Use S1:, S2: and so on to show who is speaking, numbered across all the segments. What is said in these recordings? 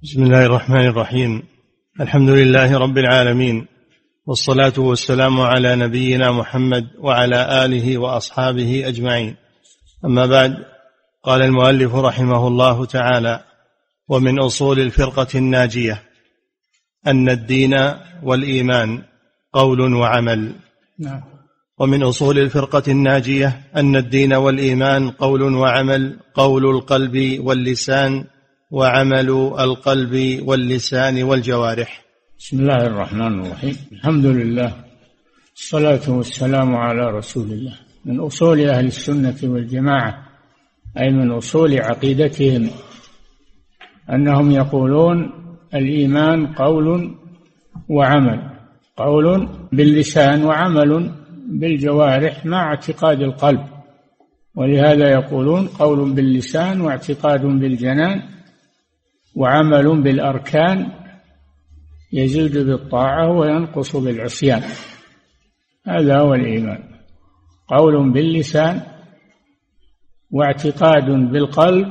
S1: بسم الله الرحمن الرحيم. الحمد لله رب العالمين، والصلاة والسلام على نبينا محمد وعلى آله وأصحابه أجمعين. أما بعد، قال المؤلف رحمه الله تعالى: ومن أصول الفرقة الناجية أن الدين والإيمان قول وعمل.
S2: نعم.
S1: ومن أصول الفرقة الناجية أن الدين والإيمان قول وعمل، قول القلب واللسان، وعمل القلب واللسان والجوارح.
S2: بسم الله الرحمن الرحيم. الحمد لله، الصلاة والسلام على رسول الله. من أصول أهل السنة والجماعة، أي من أصول عقيدتهم، أنهم يقولون الإيمان قول وعمل، قول باللسان وعمل بالجوارح مع اعتقاد القلب. ولهذا يقولون قول باللسان واعتقاد بالجنان وعمل بالأركان، يزيد بالطاعة وينقص بالعصيان. هذا هو الإيمان، قول باللسان واعتقاد بالقلب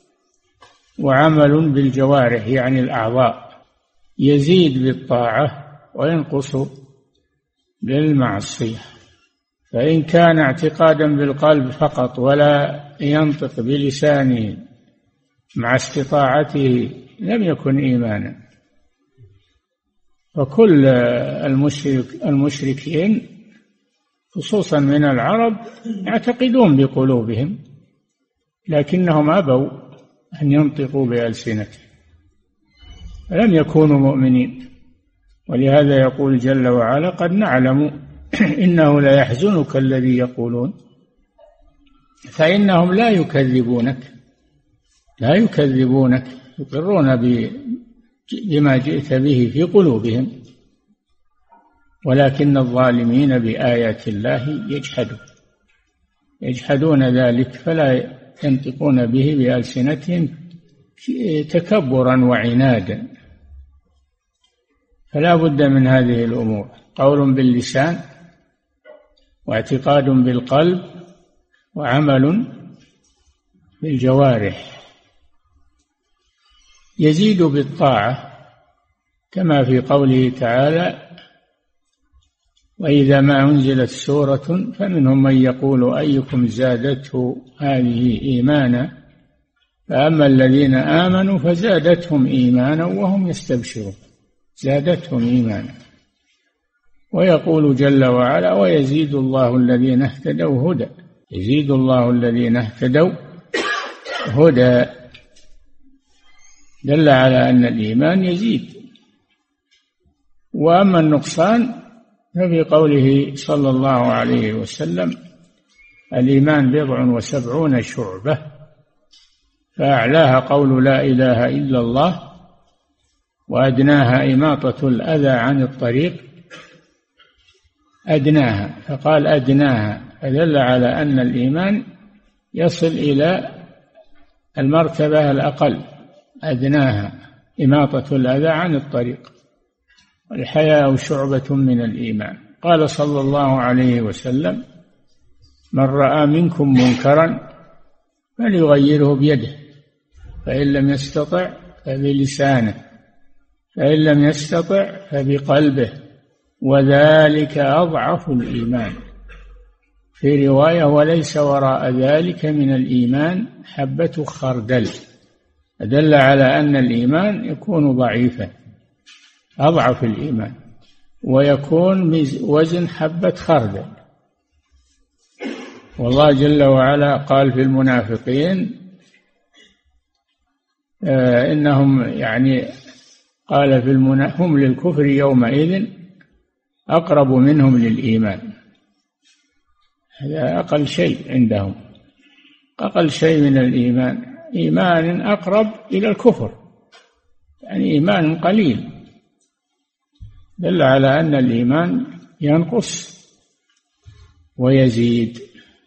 S2: وعمل بالجوارح يعني الأعضاء، يزيد بالطاعة وينقص بالمعصية. فإن كان اعتقادا بالقلب فقط ولا ينطق بلسانه مع استطاعته لم يكن إيمانا. فكل المشركين خصوصا من العرب يعتقدون بقلوبهم، لكنهم أبوا أن ينطقوا بألسنتهم، فلم يكونوا مؤمنين. ولهذا يقول جل وعلا: قد نعلم إنه لا يحزنك الذي يقولون. فإنهم لا يكذبونك، يقرون بما جئت به في قلوبهم، ولكن الظالمين بآيات الله يجحدون ذلك، فلا ينطقون به بألسنتهم تكبرا وعنادا. فلا بد من هذه الأمور، قول باللسان واعتقاد بالقلب وعمل بالجوارح، يزيد بالطاعة كما في قوله تعالى: وإذا ما أنزلت سورة فمنهم من يقول أيكم زادته هذه إيمانا فأما الذين آمنوا فزادتهم إيمانا وهم يستبشرون، زادتهم إيمانا. ويقول جل وعلا: ويزيد الله الذين اهتدوا هدى، يزيد الله الذين اهتدوا هدى، دل على أن الإيمان يزيد. وأما النقصان ففي قوله صلى الله عليه وسلم: الإيمان 70 شعبة، فأعلاها قول لا إله إلا الله، وأدناها إماطة الأذى عن الطريق. أدناها، فقال أدناها، فدل على أن الإيمان يصل إلى المرتبة الأقل، أدناها إماطة الأذى عن الطريق. والحياء شعبة من الإيمان. قال صلى الله عليه وسلم: من رأى منكم منكرا فليغيره بيده، فإن لم يستطع فبلسانه، فإن لم يستطع فبقلبه، وذلك أضعف الإيمان. في رواية: وليس وراء ذلك من الإيمان حبة خردل. دل على أن الإيمان يكون ضعيفا، أضعف الإيمان، ويكون وزن حبة خردل. والله جل وعلا قال في المنافقين إنهم قال في هم للكفر يومئذ أقرب منهم للإيمان. هذا أقل شيء عندهم، أقل شيء من الإيمان، إيمان أقرب إلى الكفر، يعني إيمان قليل. دل على أن الإيمان ينقص ويزيد،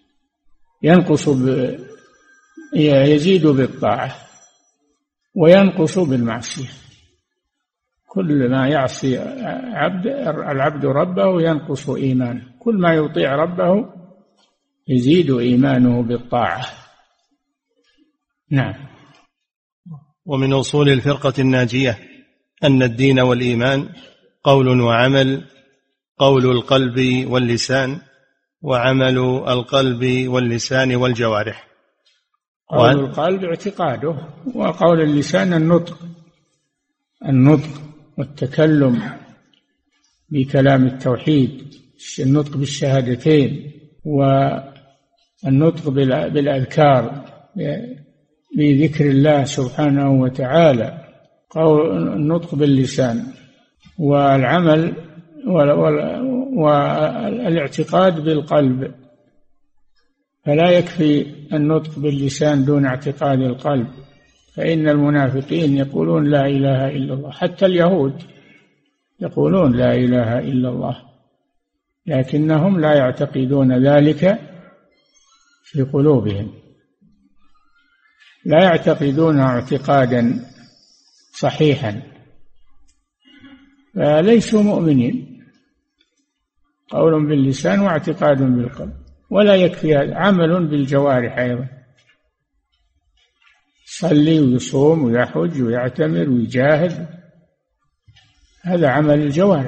S2: يزيد بالطاعة وينقص بالمعصية. كل ما يعصي العبد ربه ينقص إيمانه، كل ما يطيع ربه يزيد إيمانه بالطاعة. نعم.
S1: ومن أصول الفرقة الناجية أن الدين والإيمان قول وعمل، قول القلب واللسان، وعمل القلب واللسان والجوارح.
S2: قول القلب اعتقاده، وقول اللسان النطق والتكلم بكلام التوحيد، النطق بالشهادتين، والنطق بالأذكار بذكر الله سبحانه وتعالى، النطق باللسان، والعمل والاعتقاد بالقلب. فلا يكفي النطق باللسان دون اعتقاد القلب، فإن المنافقين يقولون لا إله إلا الله، حتى اليهود يقولون لا إله إلا الله، لكنهم لا يعتقدون ذلك في قلوبهم، لا يعتقدون اعتقادا صحيحا، فليسوا مؤمنين. قول باللسان واعتقاد بالقلب، ولا يكفي هذا، عمل بالجوارح أيضا، يصلي ويصوم ويحج ويعتمر ويجاهد، هذا عمل الجوارح.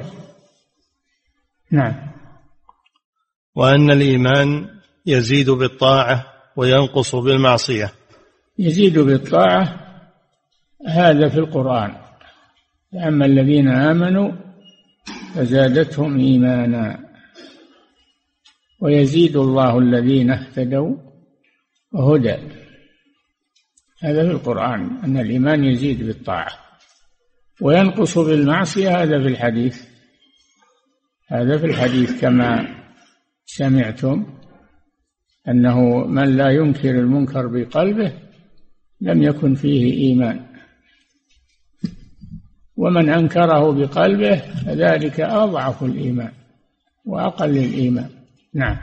S2: نعم.
S1: وأن الإيمان يزيد بالطاعة وينقص بالمعصية.
S2: يزيد بالطاعة هذا في القرآن، أما الذين آمنوا فزادتهم إيمانا، ويزيد الله الذين اهتدوا هدى، هذا في القرآن، أن الإيمان يزيد بالطاعة وينقص بالمعصية، هذا في الحديث، هذا في الحديث كما سمعتم، أنه من لا ينكر المنكر بقلبه لم يكن فيه إيمان، ومن أنكره بقلبه فذلك أضعف الإيمان وأقل الإيمان. نعم.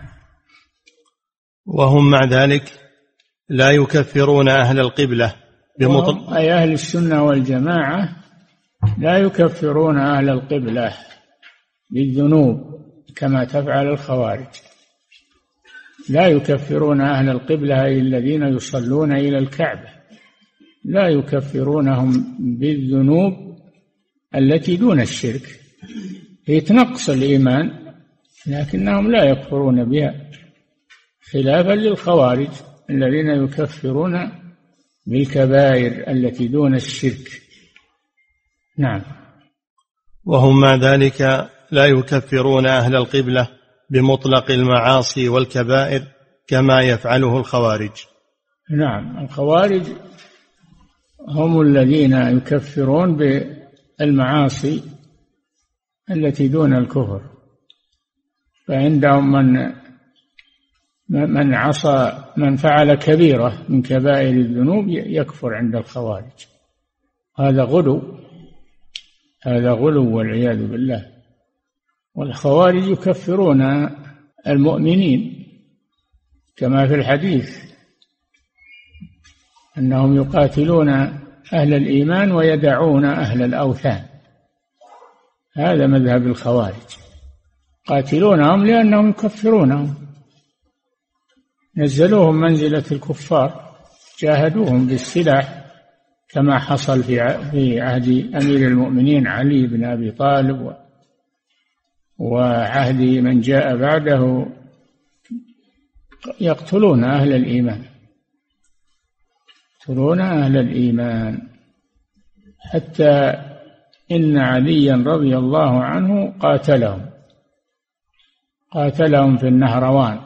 S1: وهم مع ذلك لا يكفرون أهل القبلة بمطلق،
S2: أي أهل السنة والجماعة لا يكفرون أهل القبلة بالذنوب كما تفعل الخوارج، لا يكفرون أهل القبلة أي الذين يصلون إلى الكعبة، لا يكفرونهم بالذنوب التي دون الشرك، هي تنقص الإيمان لكنهم لا يكفرون بها، خلافا للخوارج الذين يكفرون بالكبائر التي دون الشرك. نعم.
S1: وهم مع ذلك لا يكفرون أهل القبلة بمطلق المعاصي والكبائر كما يفعله الخوارج.
S2: نعم، الخوارج هم الذين يكفرون بالمعاصي التي دون الكفر، فعندهم من عصى، من فعل كبيرة من كبائر الذنوب يكفر عند الخوارج، هذا غلو والعياذ بالله. والخوارج يكفرون المؤمنين كما في الحديث أنهم يقاتلون أهل الإيمان ويدعون أهل الأوثان، هذا مذهب الخوارج، قاتلونهم لأنهم يكفرونهم، نزلوهم منزلة الكفار، جاهدوهم بالسلاح كما حصل في عهد أمير المؤمنين علي بن أبي طالب وعهد من جاء بعده، يقتلون أهل الإيمان، يقتلون أهل الإيمان، حتى إن عليا رضي الله عنه قاتلهم في النهروان،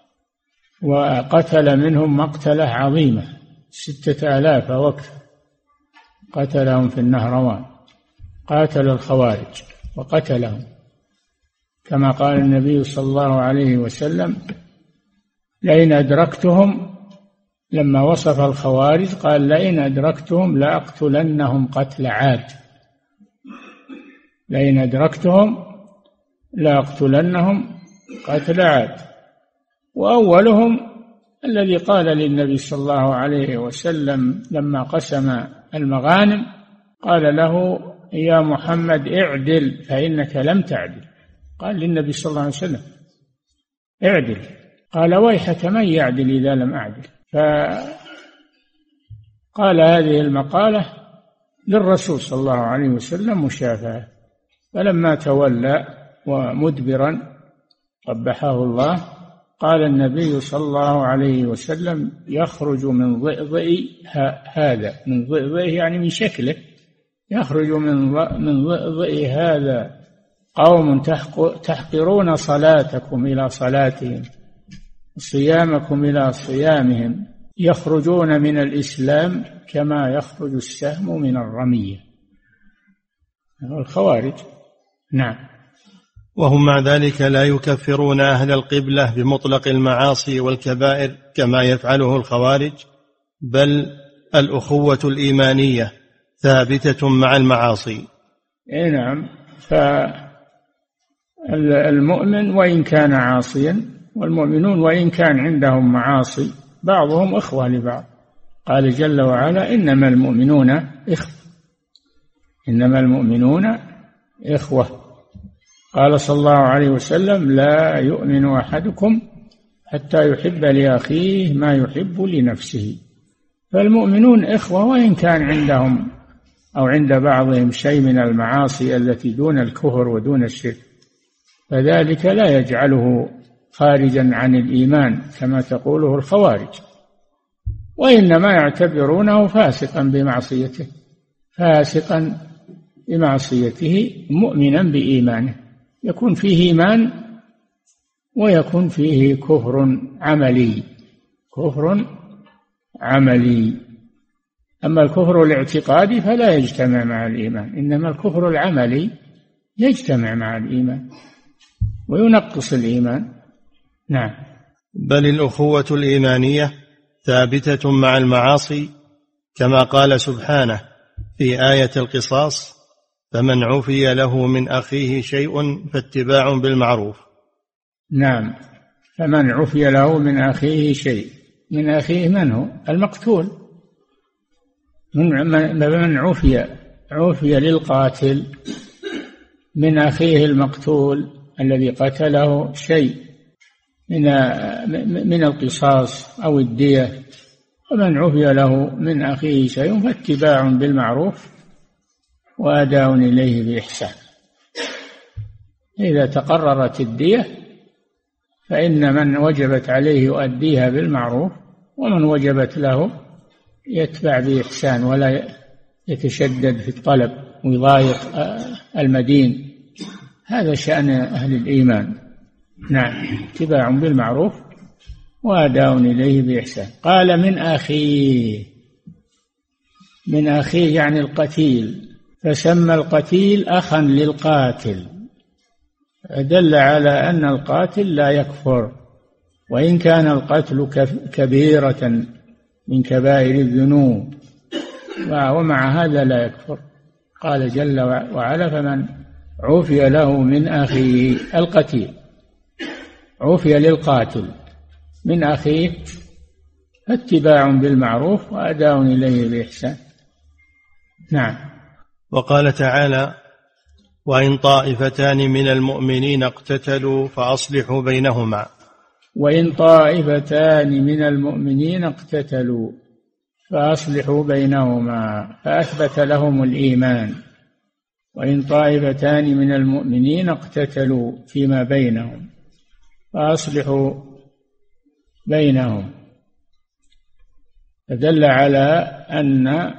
S2: وقتل منهم مقتلة عظيمة 6000 وكف، قتلهم في النهروان، قاتل الخوارج وقتلهم، كما قال النبي صلى الله عليه وسلم لئن أدركتهم، لما وصف الخوارج قال لئن أدركتهم لأقتلنهم قتل عاد، لئن أدركتهم لأقتلنهم قتل عاد. وأولهم الذي قال للنبي صلى الله عليه وسلم لما قسم المغانم، قال له يا محمد اعدل فإنك لم تعدل، قال للنبي صلى الله عليه وسلم اعدل، قال ويحك من يعدل إذا لم أعدل، فقال هذه المقالة للرسول صلى الله عليه وسلم مشافهة. فلما تولى ومدبرا قبحه الله، قال النبي صلى الله عليه وسلم: يخرج من ضئضئ هذا، من ضئضئه يعني من شكله، يخرج من ضئضئ هذا قوم تحقرون صلاتكم إلى صلاتهم، صيامكم إلى صيامهم، يخرجون من الإسلام كما يخرج السهم من الرمية. الخوارج. نعم.
S1: وهم مع ذلك لا يكفرون أهل القبلة بمطلق المعاصي والكبائر كما يفعله الخوارج، بل الأخوة الإيمانية ثابتة مع المعاصي.
S2: نعم. فالمؤمن وإن كان عاصيا، والمؤمنون وإن كان عندهم معاصي، بعضهم إخوة لبعض. قال جل وعلا: إنما المؤمنون إخوة، إنما المؤمنون إخوة. قال صلى الله عليه وسلم: لا يؤمن أحدكم حتى يحب لأخيه ما يحب لنفسه. فالمؤمنون إخوة وإن كان عندهم أو عند بعضهم شيء من المعاصي التي دون الكفر ودون الشرك، فذلك لا يجعله خارجا عن الإيمان كما تقوله الخوارج، وإنما يعتبرونه فاسقا بمعصيته، فاسقا بمعصيته مؤمنا بإيمانه، يكون فيه إيمان ويكون فيه كفر عملي، كفر عملي. أما الكفر الاعتقادي فلا يجتمع مع الإيمان، إنما الكفر العملي يجتمع مع الإيمان وينقص الإيمان. نعم.
S1: بل الأخوة الإيمانية ثابتة مع المعاصي، كما قال سبحانه في آية القصاص: فمن عفي له من أخيه شيء فاتباع بالمعروف.
S2: نعم. فمن عفي له من أخيه شيء، من أخيه من هو؟ المقتول. من عفي للقاتل من أخيه المقتول الذي قتله شيء من القصاص أو الدية، ومن عفي له من أخيه شيء فاتباع بالمعروف وأداء إليه بإحسان. إذا تقررت الدية فإن من وجبت عليه يؤديها بالمعروف، ومن وجبت له يتبع بإحسان ولا يتشدد في الطلب ويضايق المدين. هذا شأن أهل الإيمان. نعم. اتباع بالمعروف وأداء إليه بإحسان. قال من أخيه، من أخيه يعني القتيل، فسمى القتيل أخا للقاتل، دل على أن القاتل لا يكفر وإن كان القتل كبيرة من كبائر الذنوب، ومع هذا لا يكفر. قال جل وعلا: فمن عفي له من أخيه، القتيل عفي للقاتل من أخيه فاتباع بالمعروف وأداء إليه بإحسان. نعم.
S1: وقال تعالى: وإن طائفتان من المؤمنين اقتتلوا فأصلحوا بينهما.
S2: وإن طائفتان من المؤمنين اقتتلوا فأصلحوا بينهما، فأثبت لهم الإيمان. وإن طائفتان من المؤمنين اقتتلوا فيما بينهم فأصلحوا بينهم، فدل على أن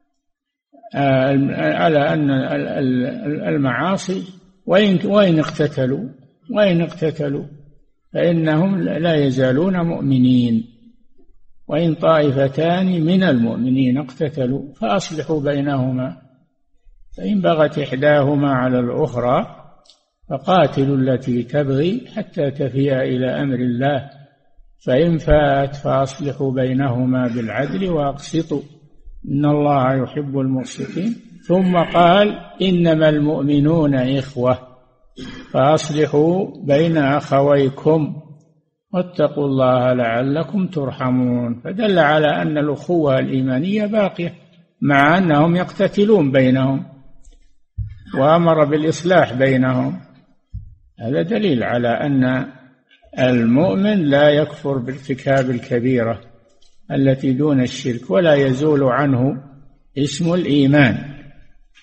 S2: المعاصي وإن اقتتلوا فإنهم لا يزالون مؤمنين. وإن طائفتان من المؤمنين اقتتلوا فأصلحوا بينهما، فإن بغت إحداهما على الأخرى فقاتلوا التي تبغي حتى تفيء إلى أمر الله، فإن فاءت فأصلحوا بينهما بالعدل وأقسطوا إن الله يحب المقسطين. ثم قال: إنما المؤمنون إخوة فأصلحوا بين أخويكم واتقوا الله لعلكم ترحمون. فدل على أن الأخوة الإيمانية باقية مع أنهم يقتتلون بينهم، وأمر بالإصلاح بينهم. هذا دليل على أن المؤمن لا يكفر بارتكاب الكبيرة التي دون الشرك، ولا يزول عنه اسم الإيمان.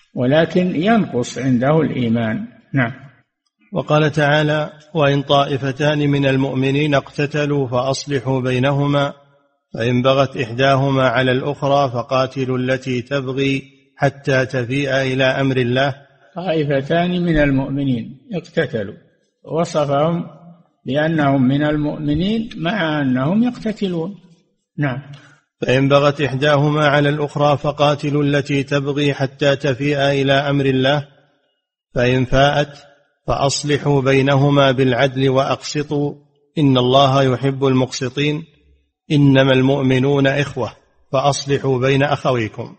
S2: ولكن ينقص عنده الإيمان. نعم.
S1: وقال تعالى: وإن طائفتان من المؤمنين اقتتلوا فأصلحوا بينهما فإن بغت إحداهما على الأخرى فقاتلوا التي تبغي حتى تفيء إلى أمر الله.
S2: طائفتان من المؤمنين اقتتلوا، وصفهم بأنهم من المؤمنين مع أنهم يقتتلون. نعم.
S1: فإن بغت إحداهما على الأخرى فقاتلوا التي تبغي حتى تفيء إلى أمر الله فإن فاءت فأصلحوا بينهما بالعدل وأقسطوا إن الله يحب المقسطين إنما المؤمنون إخوة فأصلحوا بين أخويكم.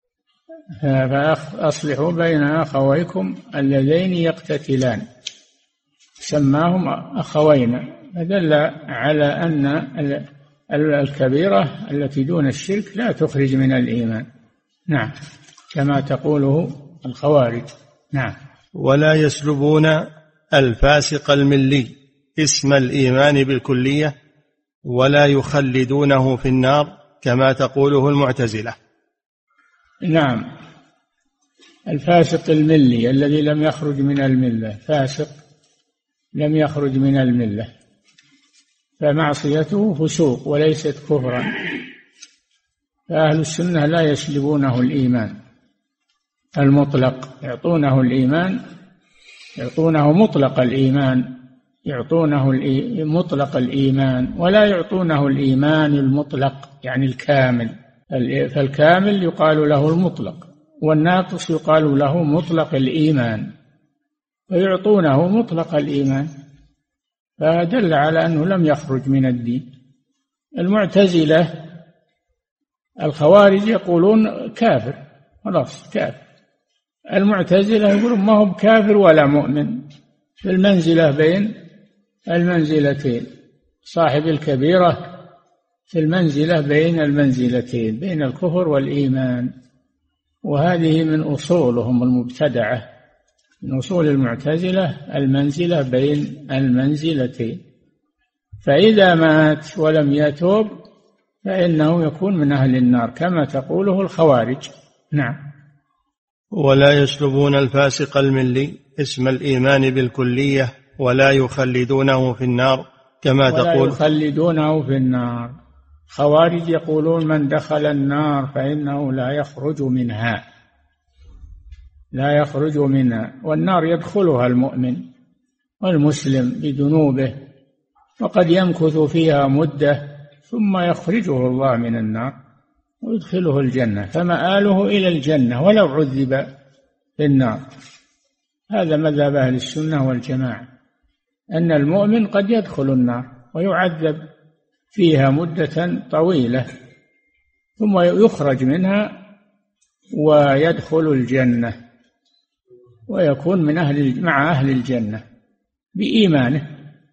S2: فأصلحوا بين أخويكم اللذين يقتتلان، سماهم أخوين، فدل على أن الكبيرة التي دون الشرك لا تخرج من الإيمان. نعم، كما تقوله الخوارج. نعم.
S1: ولا يسلبون الفاسق الملي اسم الإيمان بالكلية ولا يخلدونه في النار كما تقوله المعتزلة.
S2: نعم، الفاسق الملي الذي لم يخرج من الملة، فاسق لم يخرج من الملة، فمعصيته فسوق وليست كفرا، فأهل السنة لا يسلبونه الإيمان المطلق، يعطونه الإيمان، يعطونه مطلق الإيمان، يعطونه مطلق الإيمان ولا يعطونه الإيمان المطلق يعني الكامل. فالكامل يقال له المطلق، والناقص يقال له مطلق الإيمان، ويعطونه مطلق الإيمان، فدل على أنه لم يخرج من الدين. المعتزلة الخوارج يقولون كافر، خلاص كافر. المعتزلة يقولون ما هو بكافر ولا مؤمن، في المنزلة بين المنزلتين، صاحب الكبيرة في المنزلة بين المنزلتين، بين الكفر والإيمان. وهذه من أصولهم المبتدعة، من أصول المعتزلة المنزلة بين المنزلتين، فإذا مات ولم يتوب فإنه يكون من أهل النار كما تقوله الخوارج. نعم.
S1: ولا يسلبون الفاسق الملي اسم الإيمان بالكلية ولا يخلدونه في النار كما تقول.
S2: ولا يخلدونه في النار. خوارج يقولون من دخل النار فإنه لا يخرج منها، لا يخرج منها، والنار يدخلها المؤمن والمسلم بذنوبه، وقد يمكث فيها مدة ثم يخرجه الله من النار ويدخله الجنة، فمآله إلى الجنة ولو عذب في النار. هذا مذهب أهل السنة والجماعة، أن المؤمن قد يدخل النار ويعذب فيها مدة طويلة ثم يخرج منها ويدخل الجنة ويكون من مع أهل الجنة بإيمانه.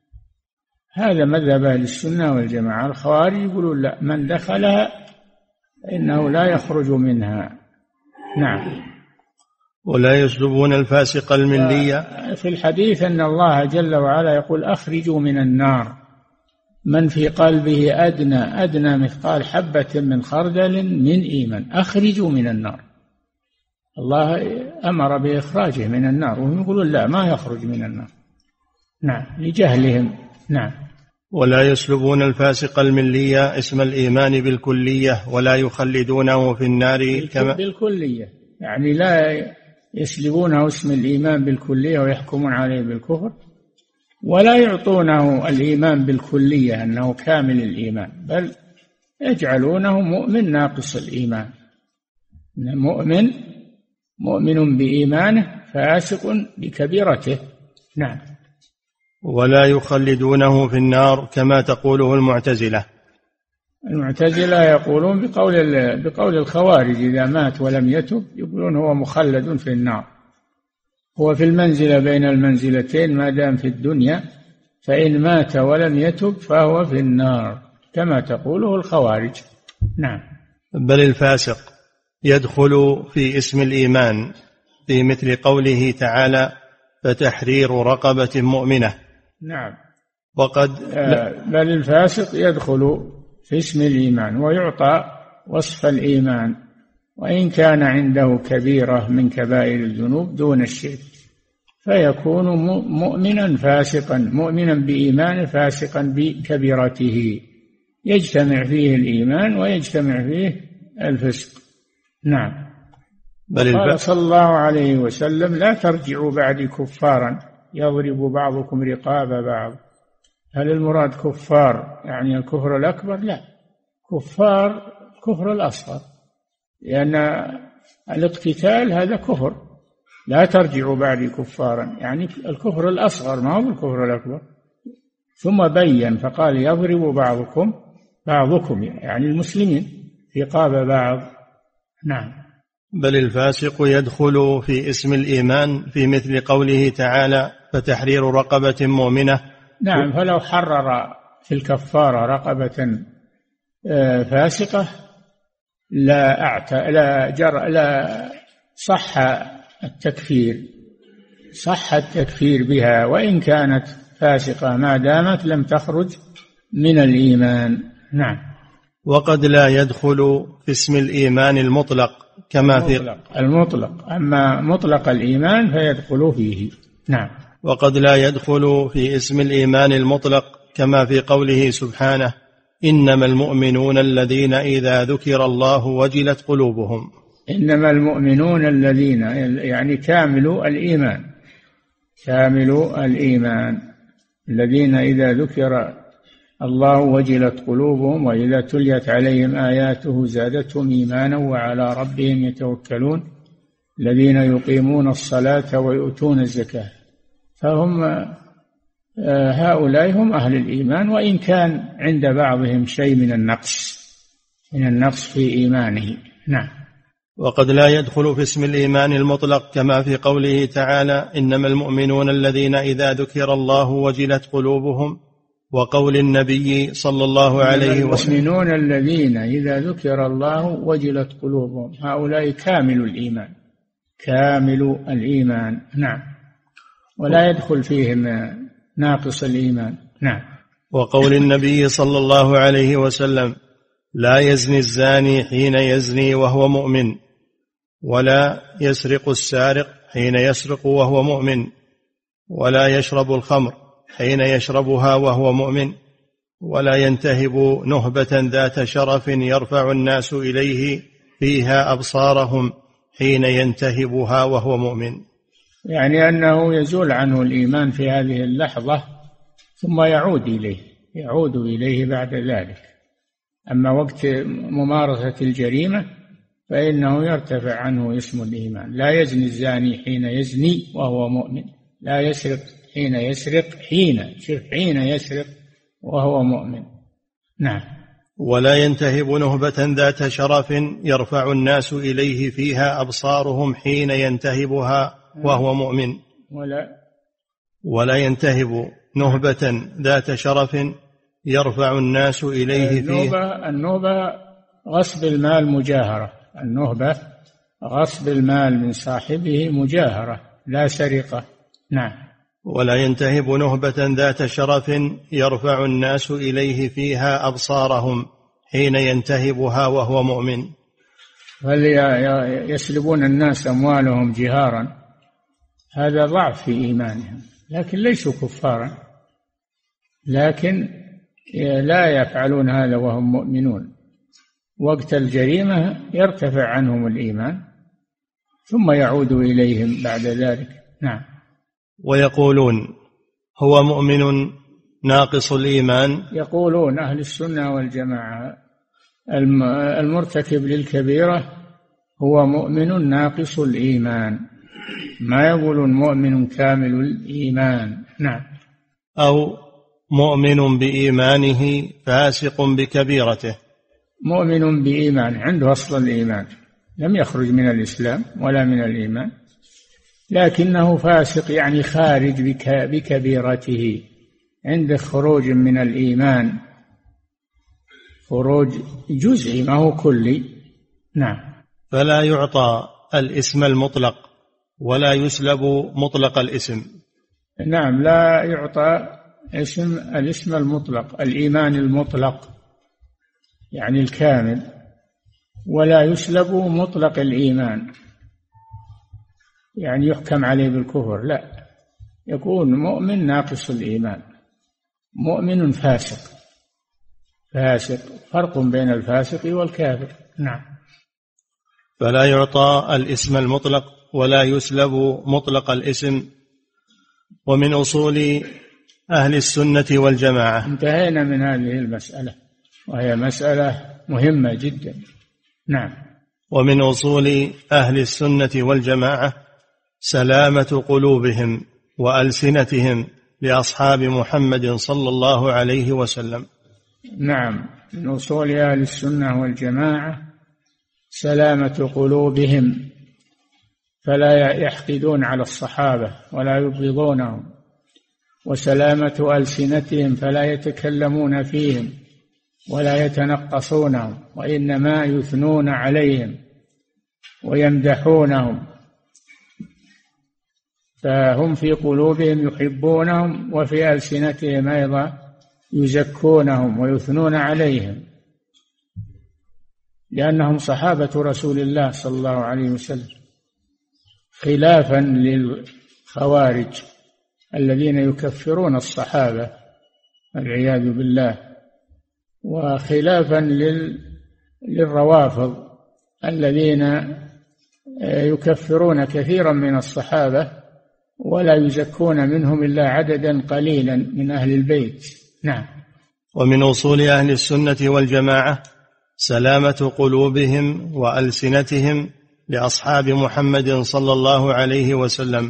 S2: هذا مذهب أهل السنة والجماعة. الخوارج يقولون لا، من دخلها فإنه لا يخرج منها. نعم.
S1: ولا يسلبون الفاسق الملي.
S2: في الحديث أن الله جل وعلا يقول أخرجوا من النار من في قلبه أدنى مثقال حبة من خردل من إيمان، أخرجوا من النار. الله أمر بإخراجه من النار وهم يقولون لا، ما يخرج من النار. نعم، لجهلهم. نعم.
S1: ولا يسلبون الفاسق الملي اسم الإيمان بالكلية ولا يخلدونه في النار كما
S2: بالكلية، يعني لا يسلبونه اسم الإيمان بالكلية ويحكمون عليه بالكفر، ولا يعطونه الإيمان بالكلية أنه كامل الإيمان، بل يجعلونه مؤمن ناقص الإيمان، مؤمن بإيمانه فاسق بكبيرته. نعم.
S1: ولا يخلدونه في النار كما تقوله المعتزلة.
S2: المعتزلة يقولون بقول الخوارج إذا مات ولم يتب يقولون هو مخلد في النار، هو في المنزلة بين المنزلتين ما دام في الدنيا، فإن مات ولم يتب فهو في النار كما تقوله الخوارج. نعم.
S1: بل الفاسق يدخل في اسم الإيمان في مثل قوله تعالى فتحرير رقبة مؤمنة.
S2: نعم.
S1: وقد
S2: بل الفاسق يدخل في اسم الإيمان ويعطى وصف الإيمان وإن كان عنده كبيرة من كبائر الذنوب دون الشرك فيكون مؤمنا فاسقا، مؤمنا بإيمانه فاسقا بكبيرته، يجتمع فيه الإيمان ويجتمع فيه الفسق. نعم. قال صلى الله عليه وسلم: لا ترجعوا بعدي كفارا يضرب بعضكم رقاب بعض. هل المراد كفار يعني الكفر الأكبر؟ لا، كفار كفر الأصغر، لأن الاقتتال هذا كفر. لا ترجعوا بعدي كفارا يعني الكفر الأصغر، ما هو الكفر الأكبر. ثم بين فقال: يضرب بعضكم يعني المسلمين رقاب بعض. نعم.
S1: بل الفاسق يدخل في اسم الإيمان في مثل قوله تعالى: فتحرير رقبة مؤمنة.
S2: نعم، فلو حرر في الكفارة رقبة فاسقة لا صح التكفير بها وإن كانت فاسقة ما دامت لم تخرج من الإيمان. نعم.
S1: وقد لا يدخل في اسم الإيمان المطلق كما في
S2: المطلق، أما مطلق الإيمان فيدخل فيه. نعم.
S1: وقد لا يدخل في اسم الإيمان المطلق كما في قوله سبحانه: إنما المؤمنون الذين إذا ذكر الله وجلت قلوبهم.
S2: إنما المؤمنون الذين يعني كاملوا الإيمان الذين إذا ذكر الله وجلت قلوبهم وإذا تليت عليهم آياته زادتهم إيمانا وعلى ربهم يتوكلون الذين يقيمون الصلاة ويؤتون الزكاة. فهم هؤلاء هم أهل الإيمان، وإن كان عند بعضهم شيء من النقص في إيمانه. نعم.
S1: وقد لا يدخل في اسم الإيمان المطلق كما في قوله تعالى: إنما المؤمنون الذين إذا ذكر الله وجلت قلوبهم، وقول النبي صلى الله عليه وسلم:
S2: المؤمنون الذين إذا ذكر الله وجلت قلوبهم، هؤلاء كامل الإيمان. نعم. ولا يدخل فيهم ناقص الإيمان. نعم.
S1: وقول النبي صلى الله عليه وسلم: لا يزني الزاني حين يزني وهو مؤمن، ولا يسرق السارق حين يسرق وهو مؤمن، ولا يشرب الخمر حين يشربها وهو مؤمن، ولا ينتهب نهبة ذات شرف يرفع الناس إليه فيها أبصارهم حين ينتهبها وهو مؤمن.
S2: يعني أنه يزول عنه الإيمان في هذه اللحظة ثم يعود إليه بعد ذلك. أما وقت ممارسة الجريمة فإنه يرتفع عنه اسم الإيمان. لا يزني الزاني حين يزني وهو مؤمن، لا يسرق حين يسرق وهو مؤمن. نعم.
S1: ولا ينتهب نهبة ذات شرف يرفع الناس إليه فيها أبصارهم حين ينتهبها وهو مؤمن. ولا ينتهب نهبة ذات شرف يرفع الناس إليه فيها.
S2: النهبة غصب المال مجاهرة، النهبة غصب المال من صاحبه مجاهرة لا سرقة. نعم.
S1: ولا ينتهب نهبة ذات شرف يرفع الناس إليه فيها أبصارهم حين ينتهبها وهو مؤمن.
S2: يسلبون الناس أموالهم جهارا، هذا ضعف في إيمانهم، لكن ليسوا كفارا، لكن لا يفعلون هذا وهم مؤمنون. وقت الجريمة يرتفع عنهم الإيمان ثم يعود إليهم بعد ذلك. نعم.
S1: ويقولون هو مؤمن ناقص الإيمان.
S2: يقولون أهل السنة والجماعة المرتكب للكبيرة هو مؤمن ناقص الإيمان، ما يقولون مؤمن كامل الإيمان. نعم.
S1: أو مؤمن بإيمانه فاسق بكبيرته.
S2: مؤمن بإيمان عنده أصل الإيمان، لم يخرج من الإسلام ولا من الإيمان، لكنه فاسق يعني خارج بكبيرته، عنده خروج من الإيمان، خروج جزئي ما هو كلي. نعم.
S1: فلا يعطى الاسم المطلق ولا يسلب مطلق الاسم.
S2: نعم، لا يعطى الاسم المطلق، الإيمان المطلق يعني الكامل، ولا يسلب مطلق الإيمان، يعني يحكم عليه بالكفر، لا، يكون مؤمن ناقص الإيمان، مؤمن فاسق، فرق بين الفاسق والكافر. نعم.
S1: فلا يعطى الاسم المطلق ولا يسلب مطلق الاسم. ومن أصول أهل السنة والجماعة.
S2: انتهينا من هذه المسألة، وهي مسألة مهمة جدا. نعم.
S1: ومن أصول أهل السنة والجماعة سلامة قلوبهم وألسنتهم لأصحاب محمد صلى الله عليه وسلم.
S2: نعم، من أصول أهل السنة والجماعة سلامة قلوبهم، فلا يحقدون على الصحابة ولا يبغضونهم، وسلامة ألسنتهم، فلا يتكلمون فيهم ولا يتنقصونهم، وإنما يثنون عليهم ويمدحونهم، فهم في قلوبهم يحبونهم، وفي ألسنتهم أيضا يزكونهم ويثنون عليهم، لأنهم صحابة رسول الله صلى الله عليه وسلم، خلافا للخوارج الذين يكفرون الصحابة والعياذ بالله، وخلافا للروافض الذين يكفرون كثيرا من الصحابة ولا يزكون منهم إلا عددا قليلا من أهل البيت. نعم.
S1: ومن أصول أهل السنة والجماعة سلامة قلوبهم وألسنتهم لأصحاب محمد صلى الله عليه وسلم،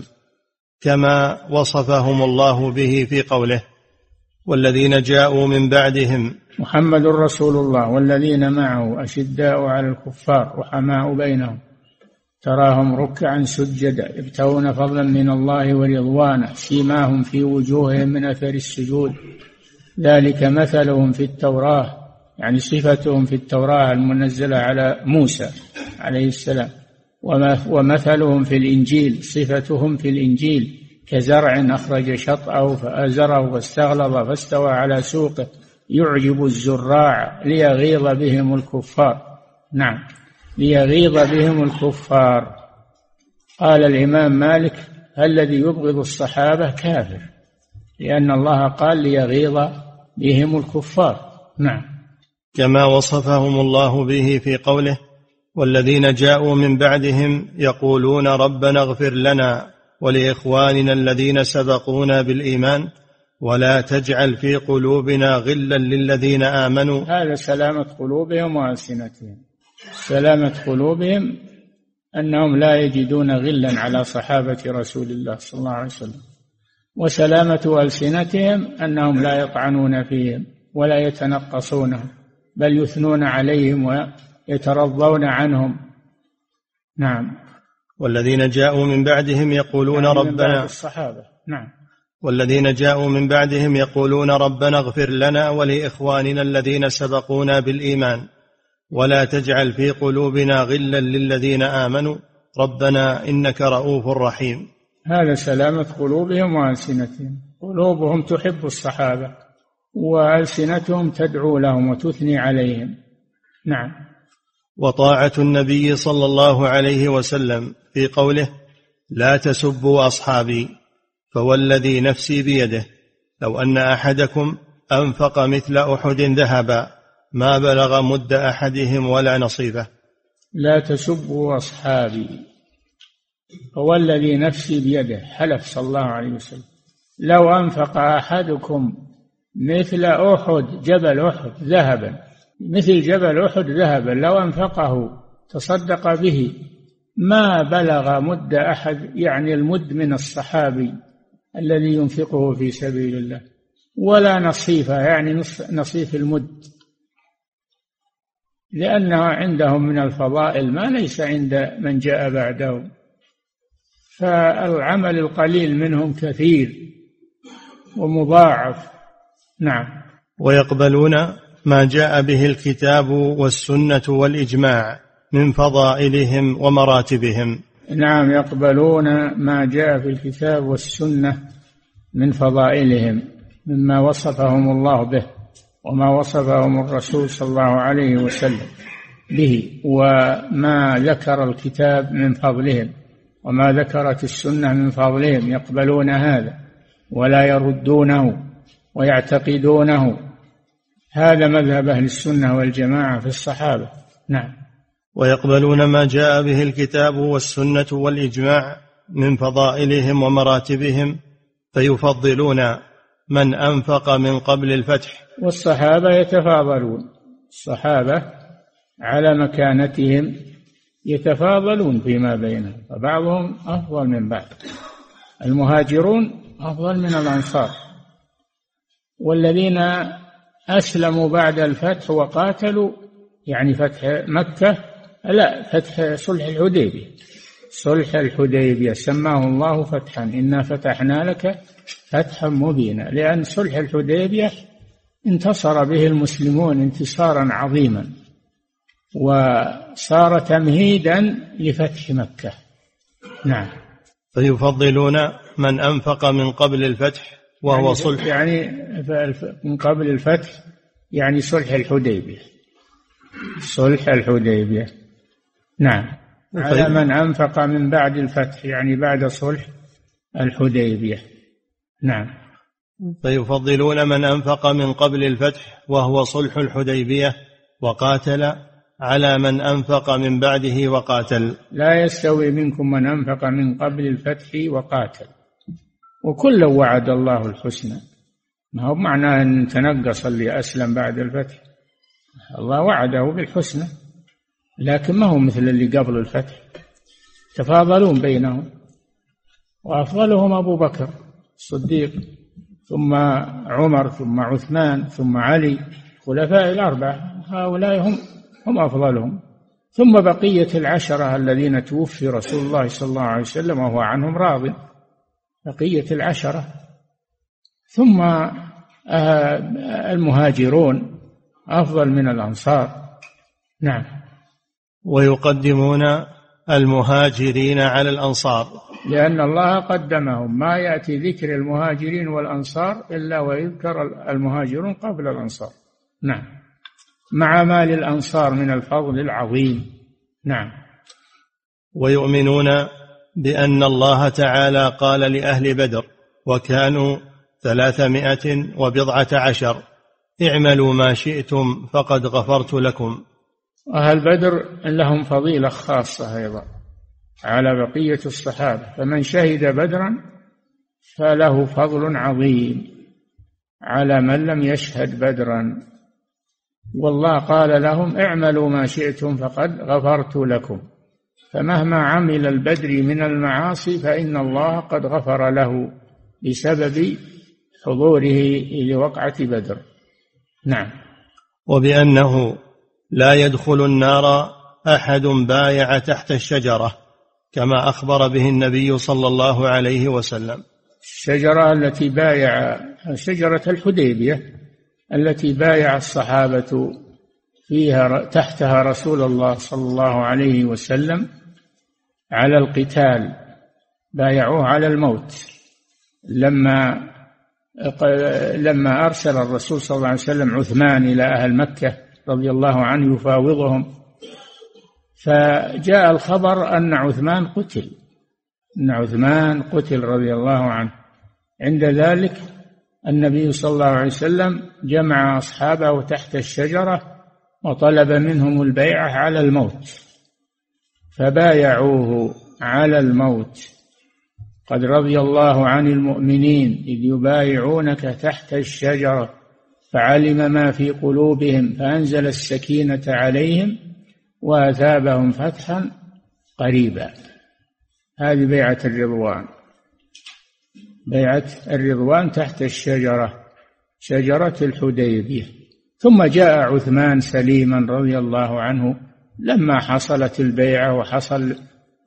S1: كما وصفهم الله به في قوله: والذين جاءوا من بعدهم.
S2: محمد رسول الله والذين معه أشداء على الكفار رحماء بينهم تراهم ركعا سجدا يبتغون فضلا من الله ورضوانه سيماهم في وجوههم من أثر السجود ذلك مثلهم في التوراة، يعني صفتهم في التوراة المنزلة على موسى عليه السلام، ومثلهم في الإنجيل صفتهم في الإنجيل كزرع أخرج شطأه فآزره فاستغلظ فاستوى على سوقه يعجب الزراع ليغيظ بهم الكفار. نعم، ليغيظ بهم الكفار. قال الإمام مالك: الذي يبغض الصحابة كافر، لأن الله قال ليغيظ بهم الكفار. نعم.
S1: كما وصفهم الله به في قوله: والذين جاءوا من بعدهم يقولون ربنا اغفر لنا ولإخواننا الذين سبقونا بالإيمان ولا تجعل في قلوبنا غلا للذين آمنوا.
S2: هذا سلامة قلوبهم وألسنتهم. سلامة قلوبهم أنهم لا يجدون غلا على صحابة رسول الله صلى الله عليه وسلم، وسلامة ألسنتهم أنهم لا يطعنون فيهم ولا يتنقصونهم، بل يثنون عليهم ويترضون عنهم. نعم.
S1: والذين جاءوا من بعدهم يقولون
S2: يعني
S1: ربنا
S2: الصحابة. نعم.
S1: والذين جاءوا من بعدهم يقولون ربنا اغفر لنا ولإخواننا الذين سبقونا بالإيمان ولا تجعل في قلوبنا غلا للذين آمنوا ربنا إنك رؤوف رحيم.
S2: هذا سلامة قلوبهم وألسنتهم. قلوبهم تحب الصحابة وألسنتهم تدعو لهم وتثني عليهم. نعم.
S1: وطاعة النبي صلى الله عليه وسلم في قوله: لا تسبوا أصحابي فوالذي نفسي بيده لو أن أحدكم أنفق مثل أحد ذهبا ما بلغ مد أحدهم ولا نصيبه.
S2: لا تسبوا أصحابي فوالذي نفسي بيده، حلف صلى الله عليه وسلم: لو أنفق أحدكم مثل أحد، جبل أحد ذهبا، مثل جبل أحد ذهبا، لو أنفقه تصدق به ما بلغ مد أحد، يعني المد من الصحابي الذي ينفقه في سبيل الله، ولا نصيفه، يعني نصيف المد، لأنه عندهم من الفضائل ما ليس عند من جاء بعدهم، فالعمل القليل منهم كثير ومضاعف. نعم.
S1: ويقبلون ما جاء به الكتاب والسنة والإجماع من فضائلهم ومراتبهم.
S2: نعم، يقبلون ما جاء في الكتاب والسنة من فضائلهم مما وصفهم الله به وما وصفهم الرسول صلى الله عليه وسلم. به وما ذكر الكتاب من فضلهم وما ذكرت السنة من فضلهم يقبلون هذا ولا يردونه ويعتقدونه. هذا مذهب أهل السنة والجماعة في الصحابة. نعم.
S1: ويقبلون ما جاء به الكتاب والسنة والإجماع من فضائلهم ومراتبهم، فيفضلون من أنفق من قبل الفتح.
S2: والصحابة يتفاضلون، الصحابة على مكانتهم يتفاضلون فيما بينهم، فبعضهم أفضل من بعض. المهاجرون أفضل من الأنصار، والذين أسلموا بعد الفتح وقاتلوا، يعني فتح مكة، لا، فتح صلح الحديبية. صلح الحديبية سماه الله فتحا، إنا فتحنا لك فتحا مبينا، لأن صلح الحديبية انتصر به المسلمون انتصارا عظيما، وصار تمهيدا لفتح مكة. نعم.
S1: فيفضلون من أنفق من قبل الفتح وهو صلح،
S2: يعني من قبل الفتح يعني صلح الحديبية، صلح الحديبية. نعم. على من أنفق من بعد الفتح يعني بعد صلح الحديبية. نعم.
S1: فيفضلون من أنفق من قبل الفتح وهو صلح الحديبية وقاتل على من أنفق من بعده وقاتل.
S2: لا يستوي منكم من أنفق من قبل الفتح وقاتل، وكلا وعد الله الحسنى. ما هو معناه أن تنقص اللي أسلم بعد الفتح، الله وعده بالحسنى، لكن ما هو مثل اللي قبل الفتح. تفاضلون بينهم، وأفضلهم أبو بكر الصديق، ثم عمر، ثم عثمان، ثم علي، خلفاء الأربعة، هؤلاء هم أفضلهم، ثم بقية العشرة الذين توفي رسول الله صلى الله عليه وسلم وهو عنهم راض، بقية العشرة، ثم المهاجرون أفضل من الأنصار. نعم.
S1: ويقدمون المهاجرين على الأنصار،
S2: لأن الله قدمهم، ما يأتي ذكر المهاجرين والأنصار إلا ويذكر المهاجرون قبل الأنصار. نعم. مع ما للأنصار من الفضل العظيم. نعم.
S1: ويؤمنون بأن الله تعالى قال لأهل بدر وكانوا 310 اعملوا ما شئتم فقد غفرت لكم.
S2: أهل بدر لهم فضيلة خاصة أيضا على بقية الصحابة، فمن شهد بدرا فله فضل عظيم على من لم يشهد بدرا. والله قال لهم اعملوا ما شئتم فقد غفرت لكم، فمهما عمل البدري من المعاصي فإن الله قد غفر له بسبب حضوره لوقعة بدر. نعم.
S1: وبأنه لا يدخل النار أحد بايع تحت الشجرة كما أخبر به النبي صلى الله عليه وسلم.
S2: الشجرة التي بايع شجرة الحديبية التي بايع الصحابة فيها تحتها رسول الله صلى الله عليه وسلم على القتال، بايعوه على الموت لما أرسل الرسول صلى الله عليه وسلم عثمان إلى أهل مكة رضي الله عنه يفاوضهم، فجاء الخبر أن عثمان قتل رضي الله عنه. عند ذلك النبي صلى الله عليه وسلم جمع أصحابه تحت الشجرة وطلب منهم البيعة على الموت، فبايعوه على الموت. قد رضي الله عن المؤمنين إذ يبايعونك تحت الشجرة فعلم ما في قلوبهم فأنزل السكينة عليهم وأثابهم فتحا قريبا. هذه بيعة الرضوان، بيعة الرضوان تحت الشجرة، شجرة الحديبية. ثم جاء عثمان سليما رضي الله عنه لما حصلت البيعة وحصل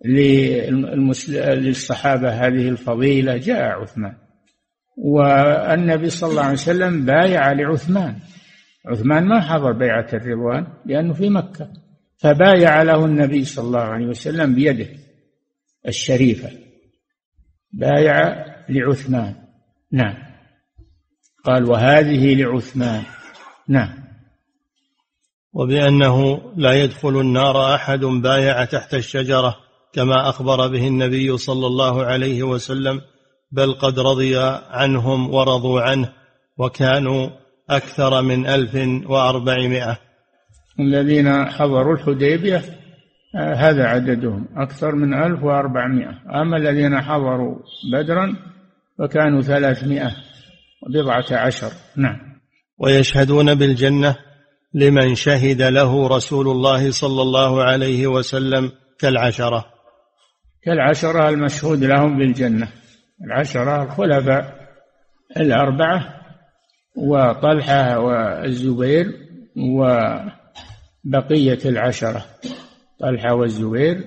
S2: للصحابة هذه الفضيلة، جاء عثمان، والنبي صلى الله عليه وسلم بايع لعثمان. عثمان ما حضر بيعة الرضوان لأنه في مكة، فبايع له النبي صلى الله عليه وسلم بيده الشريفة، بايع لعثمان. نعم. قال وهذه لعثمان. نعم.
S1: وبأنه لا يدخل النار أحد بايع تحت الشجرة كما أخبر به النبي صلى الله عليه وسلم، بل قد رضي عنهم ورضوا عنه وكانوا أكثر من 1400.
S2: الذين حضروا الحديبية هذا عددهم أكثر من 1400. أما الذين حضروا بدرا فكانوا 319. نعم.
S1: ويشهدون بالجنة لمن شهد له رسول الله صلى الله عليه وسلم كالعشرة
S2: المشهود لهم بالجنة، العشرة الخلفاء الأربعة وطلحة والزبير وبقية العشرة، طلحة والزبير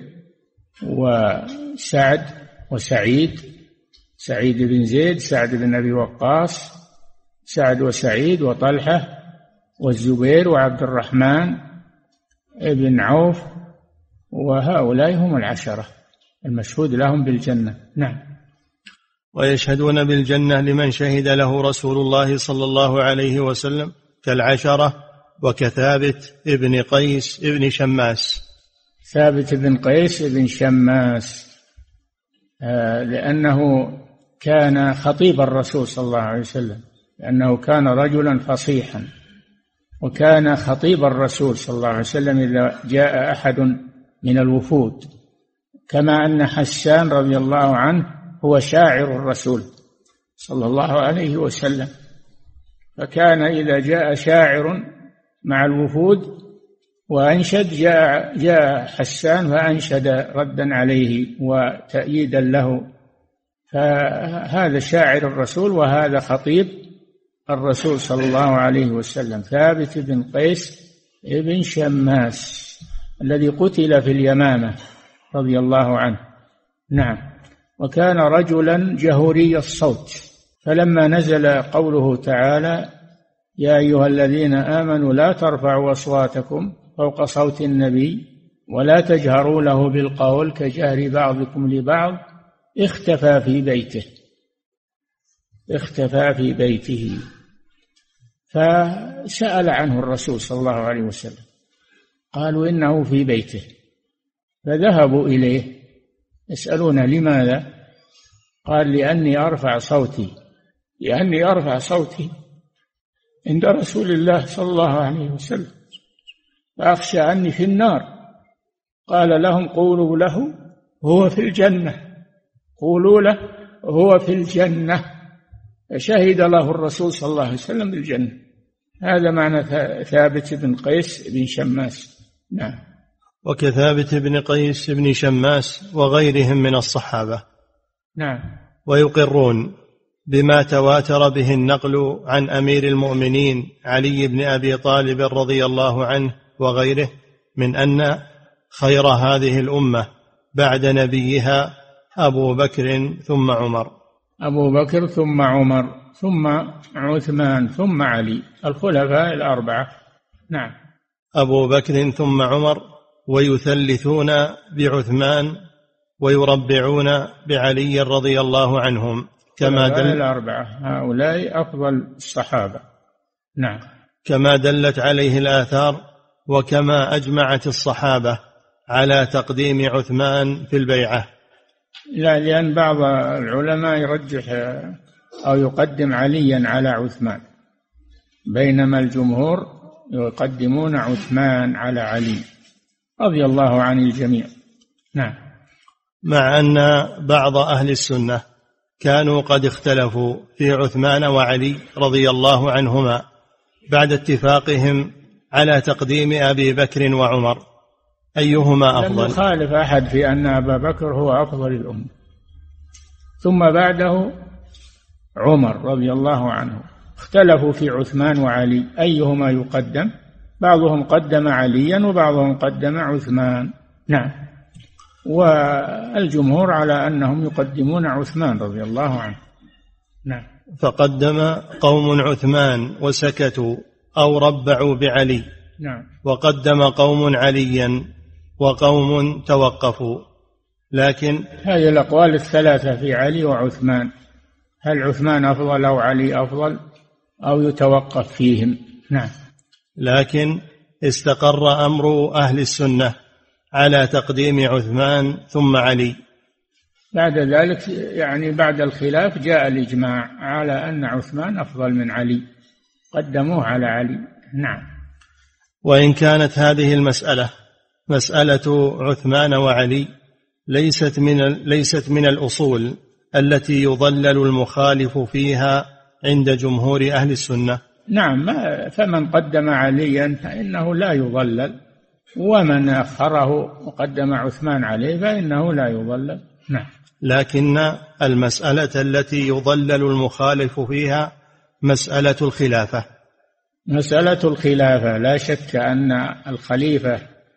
S2: وسعد وسعيد، سعيد بن زيد، سعد بن أبي وقاص، سعد وسعيد وطلحة والزبير وعبد الرحمن بن عوف، وهؤلاء هم العشرة المشهود لهم بالجنة. نعم.
S1: ويشهدون بالجنة لمن شهد له رسول الله صلى الله عليه وسلم كالعشرة وكثابت ابن قيس ابن شماس.
S2: ثابت بن قيس بن شماس لأنه كان خطيب الرسول صلى الله عليه وسلم، لأنه كان رجلا فصيحا، وكان خطيب الرسول صلى الله عليه وسلم إذا جاء أحد من الوفود، كما أن حسان رضي الله عنه هو شاعر الرسول صلى الله عليه وسلم، فكان إذا جاء شاعر مع الوفود وأنشد جاء حسان فأنشد ردا عليه وتأييدا له، فهذا شاعر الرسول وهذا خطيب الرسول صلى الله عليه وسلم. ثابت بن قيس بن شماس الذي قتل في اليمامة رضي الله عنه. نعم. وكان رجلا جهوري الصوت، فلما نزل قوله تعالى يا أيها الذين آمنوا لا ترفعوا أصواتكم فوق صوت النبي ولا تجهروا له بالقول كجهر بعضكم لبعض، اختفى في بيته فسأل عنه الرسول صلى الله عليه وسلم، قالوا إنه في بيته، فذهبوا إليه يسألون لماذا؟ قال لأني أرفع صوتي عند رسول الله صلى الله عليه وسلم فأخشى أني في النار. قال لهم قولوا له هو في الجنة، فشهد له الرسول صلى الله عليه وسلم بالجنة. هذا معنى ثابت بن قيس بن شماس. نعم.
S1: وكثابت بن قيس بن شماس وغيرهم من الصحابة.
S2: نعم.
S1: ويقرون بما تواتر به النقل عن أمير المؤمنين علي بن أبي طالب رضي الله عنه وغيره من أن خير هذه الأمة بعد نبيها أبو بكر ثم عمر،
S2: ثم عثمان ثم علي، الخلفاء الأربعة. نعم.
S1: أبو بكر ثم عمر، ويثلثون بعثمان ويربعون بعلي رضي الله عنهم كما
S2: الأربعة هؤلاء أفضل الصحابة. نعم.
S1: كما دلت عليه الآثار وكما أجمعت الصحابة على تقديم عثمان في البيعة.
S2: لا، لأن بعض العلماء يرجح أو يقدم عليا على عثمان، بينما الجمهور يقدمون عثمان على علي رضي الله عن الجميع. نعم.
S1: مع أن بعض أهل السنة كانوا قد اختلفوا في عثمان وعلي رضي الله عنهما بعد اتفاقهم على تقديم أبي بكر وعمر، أيهما أفضل؟
S2: لم يخالف أحد في أن أبا بكر هو أفضل الأمة، ثم بعده عمر رضي الله عنه. اختلفوا في عثمان وعلي أيهما يقدم، بعضهم قدم عليا وبعضهم قدم عثمان. نعم. والجمهور على أنهم يقدمون عثمان رضي الله عنه. نعم.
S1: فقدم قوم عثمان وسكتوا أو ربعوا بعلي.
S2: نعم.
S1: وقدم قوم عليا وقوم توقفوا. لكن
S2: هذه الأقوال الثلاثة في علي وعثمان، هل عثمان أفضل أو علي أفضل أو يتوقف فيهم؟ نعم.
S1: لكن استقر أمر أهل السنة على تقديم عثمان ثم علي.
S2: بعد ذلك يعني بعد الخلاف جاء الإجماع على أن عثمان أفضل من علي، قدموه على علي. نعم.
S1: وإن كانت هذه المسألة مسألة عثمان وعلي ليست من الأصول التي يضلل المخالف فيها عند جمهور أهل السنة.
S2: نعم، فمن قدم عليا فإنه لا يضلل، ومن أخره وقدم عثمان عليه فإنه لا يضلل. نعم.
S1: لكن المسألة التي يضلل المخالف فيها مسألة الخلافة.
S2: مسألة الخلافة لا شك أن الخليفة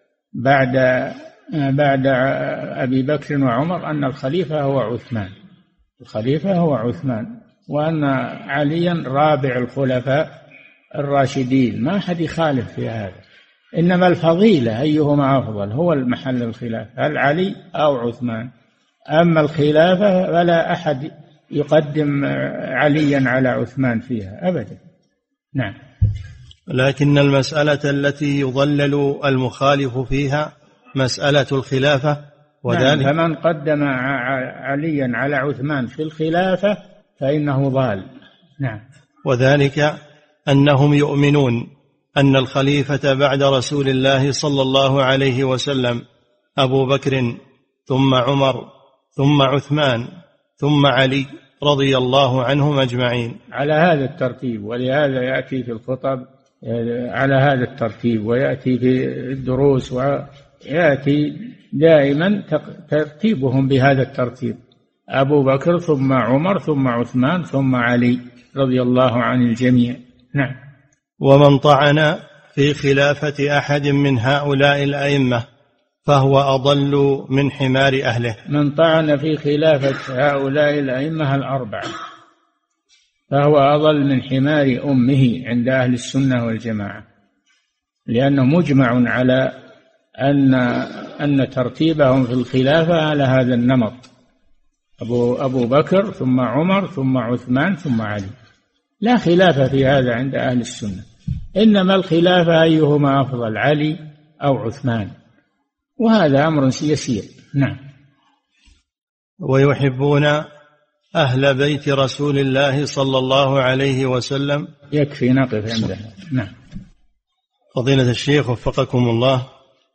S2: بعد أبي بكر وعمر أن الخليفة هو عثمان، الخليفة هو عثمان، وأن عليا رابع الخلفاء الراشدين، ما أحد يخالف في هذا. إنما الفضيلة أيهما أفضل هو المحل الخلاف، هل علي أو عثمان. أما الخلافة فلا أحد يقدم عليا على عثمان فيها أبدا. نعم.
S1: لكن المسألة التي يضلل المخالف فيها مسألة الخلافة، وذلك
S2: نعم، فمن قدم عليا على عثمان في الخلافة فإنه ضال. نعم.
S1: وذلك أنهم يؤمنون أن الخليفة بعد رسول الله صلى الله عليه وسلم أبو بكر ثم عمر ثم عثمان ثم علي رضي الله عنهم أجمعين
S2: على هذا الترتيب. ولهذا يأتي في الخطب على هذا الترتيب، ويأتي في الدروس، ويأتي دائما ترتيبهم بهذا الترتيب: أبو بكر ثم عمر ثم عثمان ثم علي رضي الله عن الجميع. نعم.
S1: ومن طعن في خلافة أحد من هؤلاء الأئمة فهو أضل من حمار أهله.
S2: من طعن في خلافة هؤلاء الأئمة الأربعة فهو أضل من حمار أمه عند أهل السنة والجماعة، لأنه مجمع على أن ترتيبهم في الخلافة على هذا النمط: أبو بكر ثم عمر ثم عثمان ثم علي، لا خلاف في هذا عند أهل السنة. إنما الخلافة أيهما أفضل، علي أو عثمان، وهذا أمر يسير. نعم.
S1: ويحبون أهل بيت رسول الله صلى الله عليه وسلم.
S2: يكفي نقف عنده. نعم.
S1: فضيلة الشيخ وفقكم الله،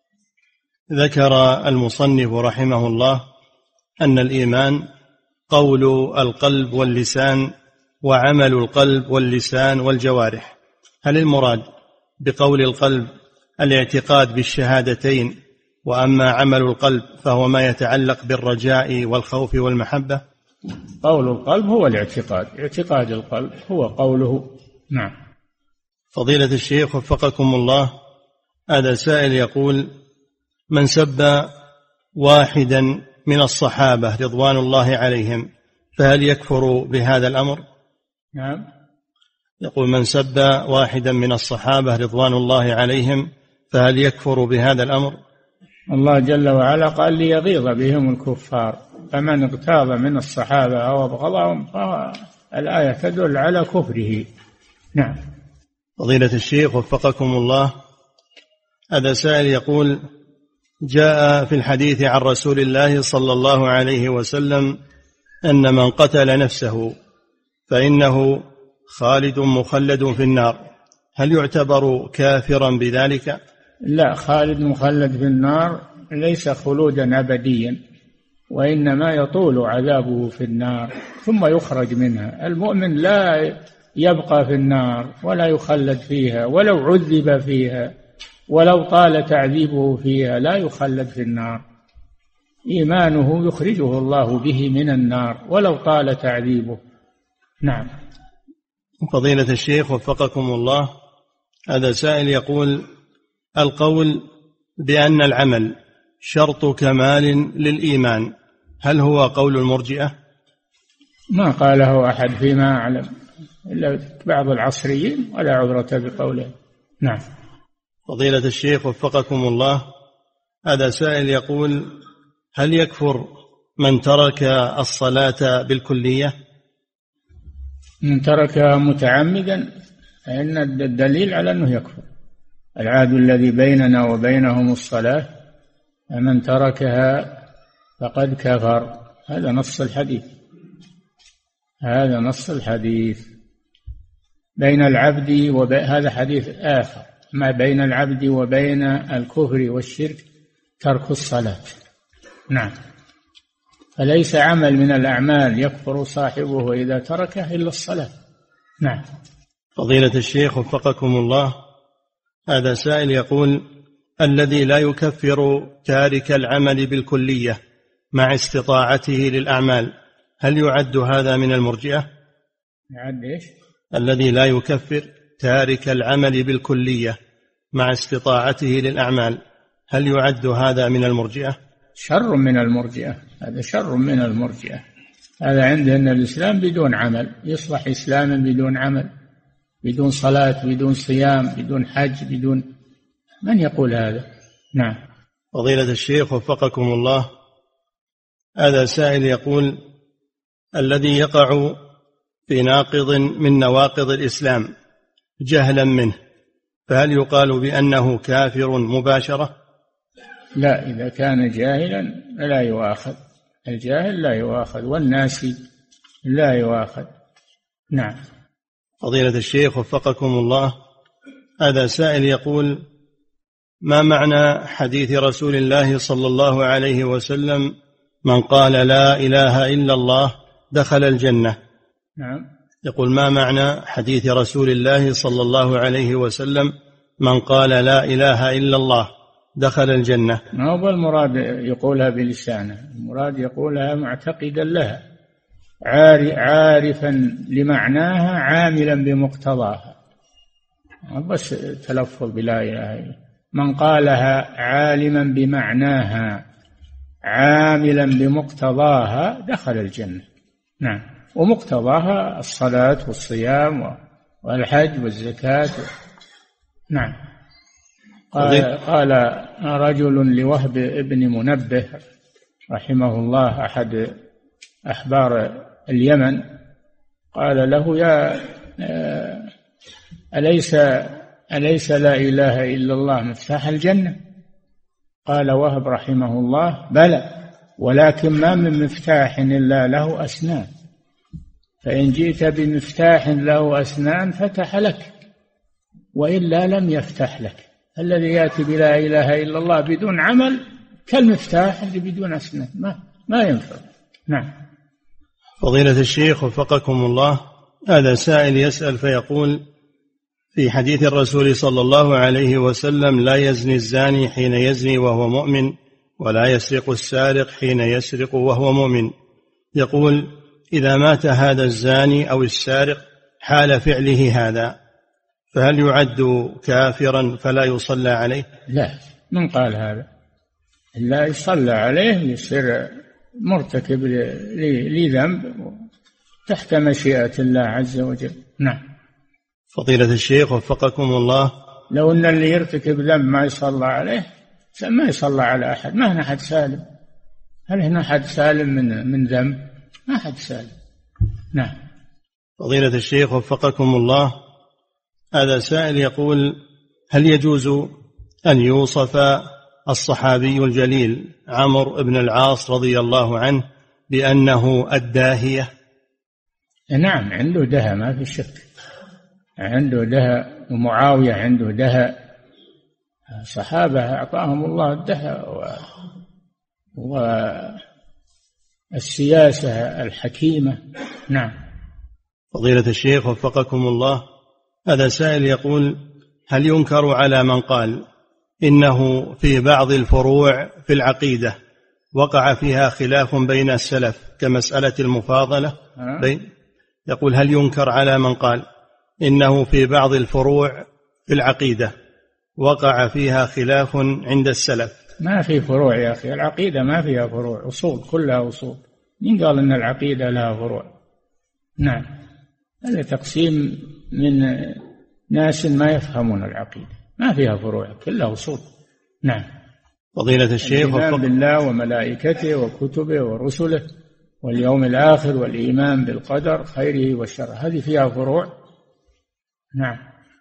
S1: ذكر المصنف رحمه الله أن الإيمان قول القلب واللسان وعمل القلب واللسان والجوارح. هل المراد بقول القلب الاعتقاد بالشهادتين، وأما عمل القلب فهو ما يتعلق بالرجاء والخوف والمحبة؟
S2: قول القلب هو الاعتقاد، اعتقاد القلب هو قوله. نعم.
S1: فضيلة الشيخ وفقكم الله، هذا سائل يقول: من سب واحدا من الصحابة رضوان الله عليهم فهل يكفر بهذا الأمر؟
S2: نعم.
S1: يقول: من سب واحدا من الصحابة رضوان الله عليهم فهل يكفر بهذا الأمر؟
S2: الله جل وعلا قال: ليغيظ بهم الكفار، فمن اغتاظ من الصحابة أو أبغضهم فالآية تدل على كفره. نعم.
S1: فضيلة الشيخ وفقكم الله، هذا سائل يقول: جاء في الحديث عن رسول الله صلى الله عليه وسلم أن من قتل نفسه فإنه خالد مخلد في النار، هل يعتبر كافرا بذلك؟
S2: لا، خالد مخلد في النار ليس خلودا أبديا، وإنما يطول عذابه في النار ثم يخرج منها. المؤمن لا يبقى في النار ولا يخلد فيها، ولو عذب فيها ولو طال تعذيبه فيها لا يخلد في النار. إيمانه يخرجه الله به من النار ولو طال تعذيبه. نعم.
S1: فضيلة الشيخ وفقكم الله، هذا سائل يقول: القول بأن العمل شرط كمال للإيمان هل هو قول المرجئة؟
S2: ما قاله أحد فيما أعلم إلا بعض العصريين، ولا عذرة بقوله. نعم.
S1: فضيلة الشيخ وفقكم الله، هذا سائل يقول: هل يكفر من ترك الصلاة بالكلية؟
S2: من تركها متعمدا فإن الدليل على أنه يكفر. العهد الذي بيننا وبينهم الصلاة فمن تركها فقد كفر. هذا نص الحديث، هذا نص الحديث. بين العبد هذا حديث آخر، ما بين العبد وبين الكفر والشرك ترك الصلاة. نعم. فليس عمل من الأعمال يكفر صاحبه إذا تركه إلا الصلاة. نعم.
S1: فضيلة الشيخ وفقكم الله، هذا سائل يقول: الذي لا يكفر تارك العمل بالكلية مع استطاعته للأعمال، هل يعد هذا من المرجئة؟
S2: يعد إيش؟
S1: الذي لا يكفر تارك العمل بالكلية مع استطاعته للأعمال، هل يعد هذا من المرجئة؟
S2: شر من المرجئة، هذا شر من المرجئة. هذا عندنا الإسلام بدون عمل، يصبح إسلاما بدون عمل، بدون صلاة، بدون صيام، بدون حج، بدون، من يقول هذا؟ نعم.
S1: فضيلة الشيخ وفقكم الله، هذا سائل يقول: الذي يقع في ناقض من نواقض الإسلام جهلا منه، فهل يقال بأنه كافر مباشرة؟
S2: لا، إذا كان جاهلا لا يؤاخذ، الجاهل لا يؤاخذ، والناسي لا يؤاخذ. نعم.
S1: فضيلة الشيخ وفقكم الله، هذا سائل يقول: ما معنى حديث رسول الله صلى الله عليه وسلم: من قال لا إله إلا الله دخل الجنة؟
S2: نعم.
S1: يقول: ما معنى حديث رسول الله صلى الله عليه وسلم: من قال لا إله إلا الله دخل الجنة؟
S2: ما هو المراد يقولها بلسانه، المراد يقولها معتقدا لها، عارفا لمعناها، عاملا بمقتضاها، بس تلفظ بلا إله إلا. من قالها عالما بمعناها عاملا بمقتضاها دخل الجنة. نعم. ومقتضاها الصلاة والصيام والحج والزكاة. نعم. قال رجل لوهب ابن منبه رحمه الله، أحد أحبار اليمن، قال له: يا أليس لا إله إلا الله مفتاح الجنة؟ قال وهب رحمه الله: بلى، ولكن ما من مفتاح إلا له أسنان، فإن جئت بمفتاح له أسنان فتح لك، وإلا لم يفتح لك. الذي يأتي بلا إله إلا الله بدون عمل كالمفتاح اللي بدون أسنان، ما ينفع. نعم.
S1: فضيلة الشيخ وفقكم الله، هذا سائل يسأل فيقول: في حديث الرسول صلى الله عليه وسلم: لا يزني الزاني حين يزني وهو مؤمن، ولا يسرق السارق حين يسرق وهو مؤمن. يقول: إذا مات هذا الزاني أو السارق حال فعله هذا، فهل يعد كافرا فلا يصلى عليه؟
S2: لا، من قال هذا؟ لا يصلى عليه، يصير مرتكب لذنب تحت مشيئة الله عز وجل. نعم.
S1: فضيلة الشيخ وفقكم الله،
S2: لو أن اللي يرتكب ذنب ما يصلى عليه، ما يصلى على أحد، ما هنا حد سالم. هل هنا حد سالم من ذنب؟ ما حد سالم. نعم.
S1: فضيلة الشيخ وفقكم الله، هذا سائل يقول: هل يجوز أن يوصف الصحابي الجليل عمرو بن العاص رضي الله عنه بأنه الداهية؟
S2: نعم، عنده دهى، ما في شك، عنده دهى، ومعاوية عنده دهى. صحابة أعطاهم الله الدهى والسياسة الحكيمة. نعم.
S1: فضيلة الشيخ وفقكم الله، هذا سائل يقول: هل ينكر على من قال إنه في بعض الفروع في العقيدة وقع فيها خلاف بين السلف كمسألة المفاضلة يقول: هل ينكر على من قال إنه في بعض الفروع في العقيدة وقع فيها خلاف عند السلف؟
S2: ما في فروع يا أخي، العقيدة ما فيها فروع، أصول، كلها أصول. مين قال أن العقيدة لها فروع؟ نعم، هذا تقسيم من ناس ما يفهمون العقيدة، ما فيها فروع، كلها أصول. نعم.
S1: فضيلة الشيخ:
S2: الإيمان بالله وملائكته وكتبه ورسله واليوم الآخر والإيمان بالقدر خيره وشره، هذه فيها فروع. نعم.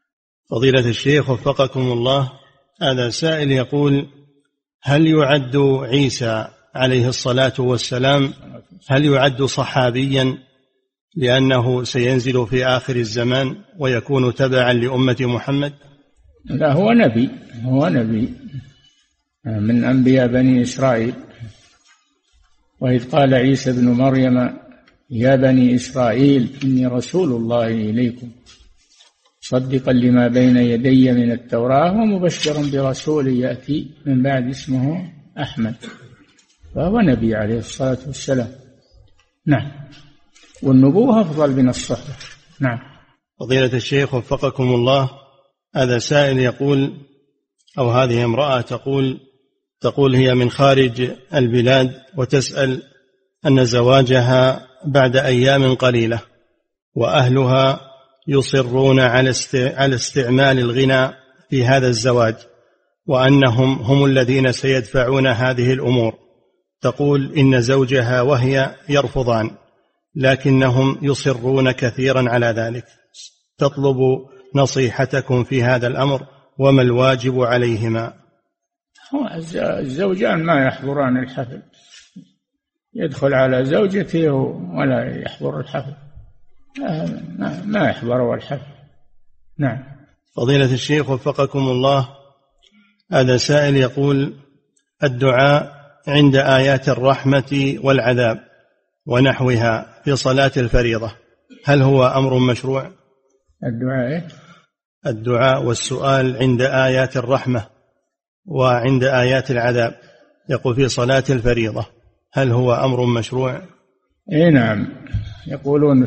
S1: فضيلة الشيخ وفقكم الله، هذا سائل يقول: هل يعد عيسى عليه الصلاة والسلام هل يعد صحابيا لأنه سينزل في آخر الزمان ويكون تبعا لأمة محمد؟
S2: لا، هو نبي، هو نبي من أنبياء بني إسرائيل. وإذ قال عيسى ابن مريم يا بني إسرائيل إني رسول الله إليكم مصدقا لما بين يدي من التوراة ومبشرا برسول يأتي من بعد اسمه أحمد، فهو نبي عليه الصلاة والسلام. نعم، والنبوة أفضل من الصحبة. نعم.
S1: فضيلة الشيخ وفقكم الله، هذا سائل يقول، أو هذه امرأة تقول هي من خارج البلاد وتسأل أن زواجها بعد أيام قليلة، وأهلها يصرون على استعمال الغنى في هذا الزواج، وأنهم هم الذين سيدفعون هذه الأمور. تقول إن زوجها وهي يرفضان، لكنهم يصرون كثيرا على ذلك. تطلب نصيحتكم في هذا الأمر، وما الواجب عليهما؟
S2: الزوجان ما يحضران الحفل، يدخل على زوجته ولا يحضر الحفل، ما يحضر الحفل. نعم.
S1: فضيلة الشيخ وفقكم الله، هذا سائل يقول: الدعاء عند آيات الرحمة والعذاب ونحوها في صلاة الفريضة هل هو أمر مشروع؟ الدعاء والسؤال عند آيات الرحمة وعند آيات العذاب، يقول في صلاة الفريضة، هل هو أمر مشروع؟
S2: نعم، يقولون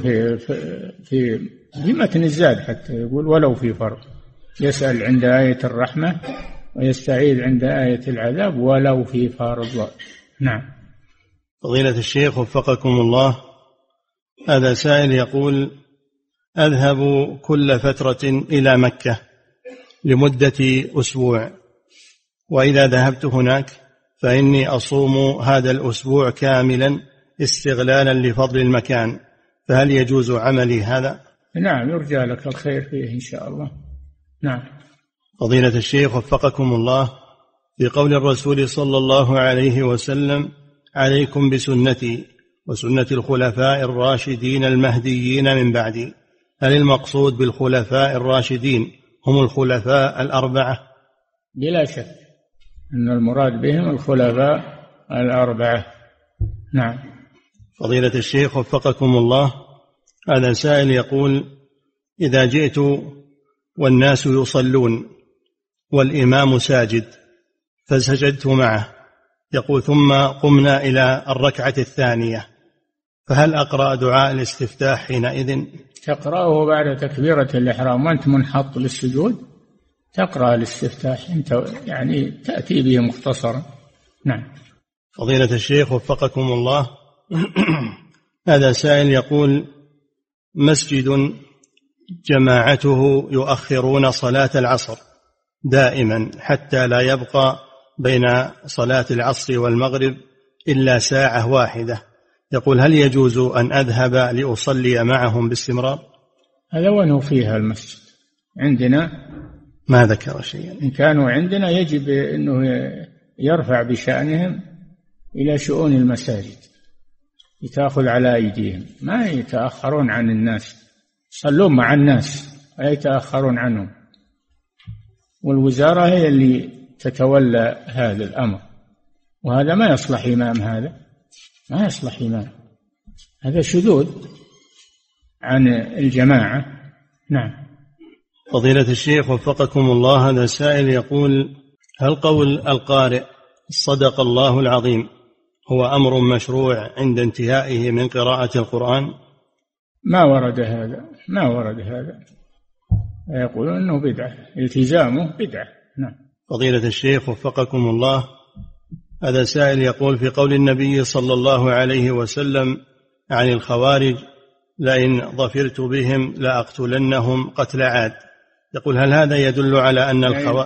S2: في متن الزاد حتى يقول ولو في فرض، يسأل عند آية الرحمة ويستعيذ عند آية العذاب ولو في فرض. نعم.
S1: فضيلة الشيخ وفقكم الله، هذا سائل يقول: أذهب كل فترة إلى مكة لمدة أسبوع، وإذا ذهبت هناك فإني أصوم هذا الأسبوع كاملا استغلالا لفضل المكان، فهل يجوز عملي هذا؟
S2: نعم، يرجى لك الخير فيه إن شاء الله. نعم.
S1: فضيلة الشيخ وفقكم الله، في قول الرسول صلى الله عليه وسلم: عليكم بسنتي وسنة الخلفاء الراشدين المهديين من بعدي، هل المقصود بالخلفاء الراشدين هم الخلفاء الأربعة؟
S2: بلا شك أن المراد بهم الخلفاء الأربعة. نعم.
S1: فضيلة الشيخ وفقكم الله، هذا سائل يقول: إذا جئت والناس يصلون والإمام ساجد فسجدت معه، يقول ثم قمنا إلى الركعة الثانية، فهل أقرأ دعاء الاستفتاح حينئذ؟
S2: تقرأه بعد تكبيرة الإحرام وأنت منحط للسجود، تقرأ الاستفتاح أنت، يعني تأتي به مختصرا. نعم.
S1: فضيلة الشيخ وفقكم الله، هذا سائل يقول: مسجد جماعته يؤخرون صلاة العصر دائما حتى لا يبقى بين صلاة العصر والمغرب إلا ساعة واحدة، يقول هل يجوز أن أذهب لأصلي معهم باستمرار؟
S2: هذا وأنه فيها المسجد عندنا
S1: ما ذكر شيئا.
S2: إن كانوا عندنا يجب أنه يرفع بشأنهم إلى شؤون المساجد، يتأخذ على أيديهم، ما يتأخرون عن الناس، يصلون مع الناس لا يتأخرون عنهم، والوزارة هي اللي تتولى هذا الأمر، وهذا ما يصلح إمام، هذا ما يصلح إمام، هذا شذوذ عن الجماعة. نعم.
S1: فضيلة الشيخ وفقكم الله، هذا سائل يقول: هل قول القارئ صدق الله العظيم هو أمر مشروع عند انتهائه من قراءة القرآن؟
S2: ما ورد هذا، ما ورد هذا، يقولون أنه بدعة، التزامه بدعة. نعم.
S1: فضيلة الشيخ وفقكم الله، هذا سائل يقول: في قول النبي صلى الله عليه وسلم عن الخوارج: لئن ظفرت بهم لأقتلنهم قتل عاد، يقول هل هذا يدل على أن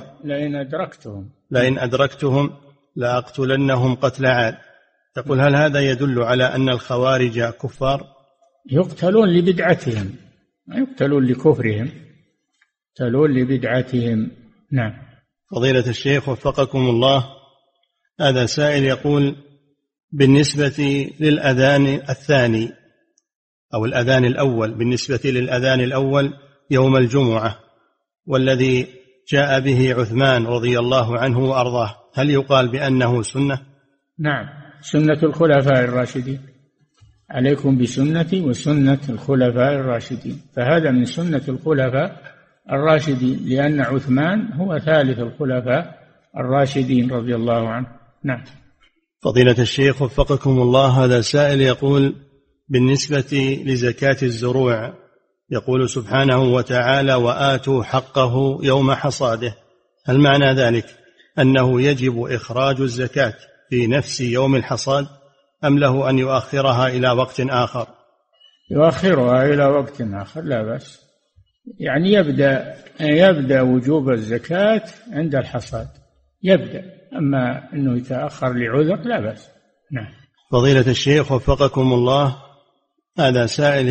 S1: لئن أدركتهم لأقتلنهم قتل عاد، يقول هل هذا يدل على أن الخوارج كفار؟
S2: يقتلون لبدعتهم، ما يقتلون لكفرهم، تلون لبدعتهم. نعم.
S1: فضيلة الشيخ وفقكم الله، هذا سائل يقول: بالنسبة للأذان الثاني أو الأذان الأول، بالنسبة للأذان الأول يوم الجمعة والذي جاء به عثمان رضي الله عنه وأرضاه، هل يقال بأنه سنة؟
S2: نعم، سنة الخلفاء الراشدين، عليكم بسنتي وسنة الخلفاء الراشدين، فهذا من سنة الخلفاء الراشدين، لأن عثمان هو ثالث الخلفاء الراشدين رضي الله عنه. نعم.
S1: فضيلة الشيخ وفقكم الله، هذا سائل يقول: بالنسبة لزكاة الزروع، يقول سبحانه وتعالى: وآتوا حقه يوم حصاده، هل معنى ذلك أنه يجب إخراج الزكاة في نفس يوم الحصاد، أم له أن يؤخرها إلى وقت آخر؟
S2: يؤخرها إلى وقت آخر لا بأس، يعني يبدأ وجوب الزكاة عند الحصاد، يبدأ، أما أنه يتأخر لعذر لا بأس. نعم.
S1: فضيلة الشيخ وفقكم الله، هذا سائل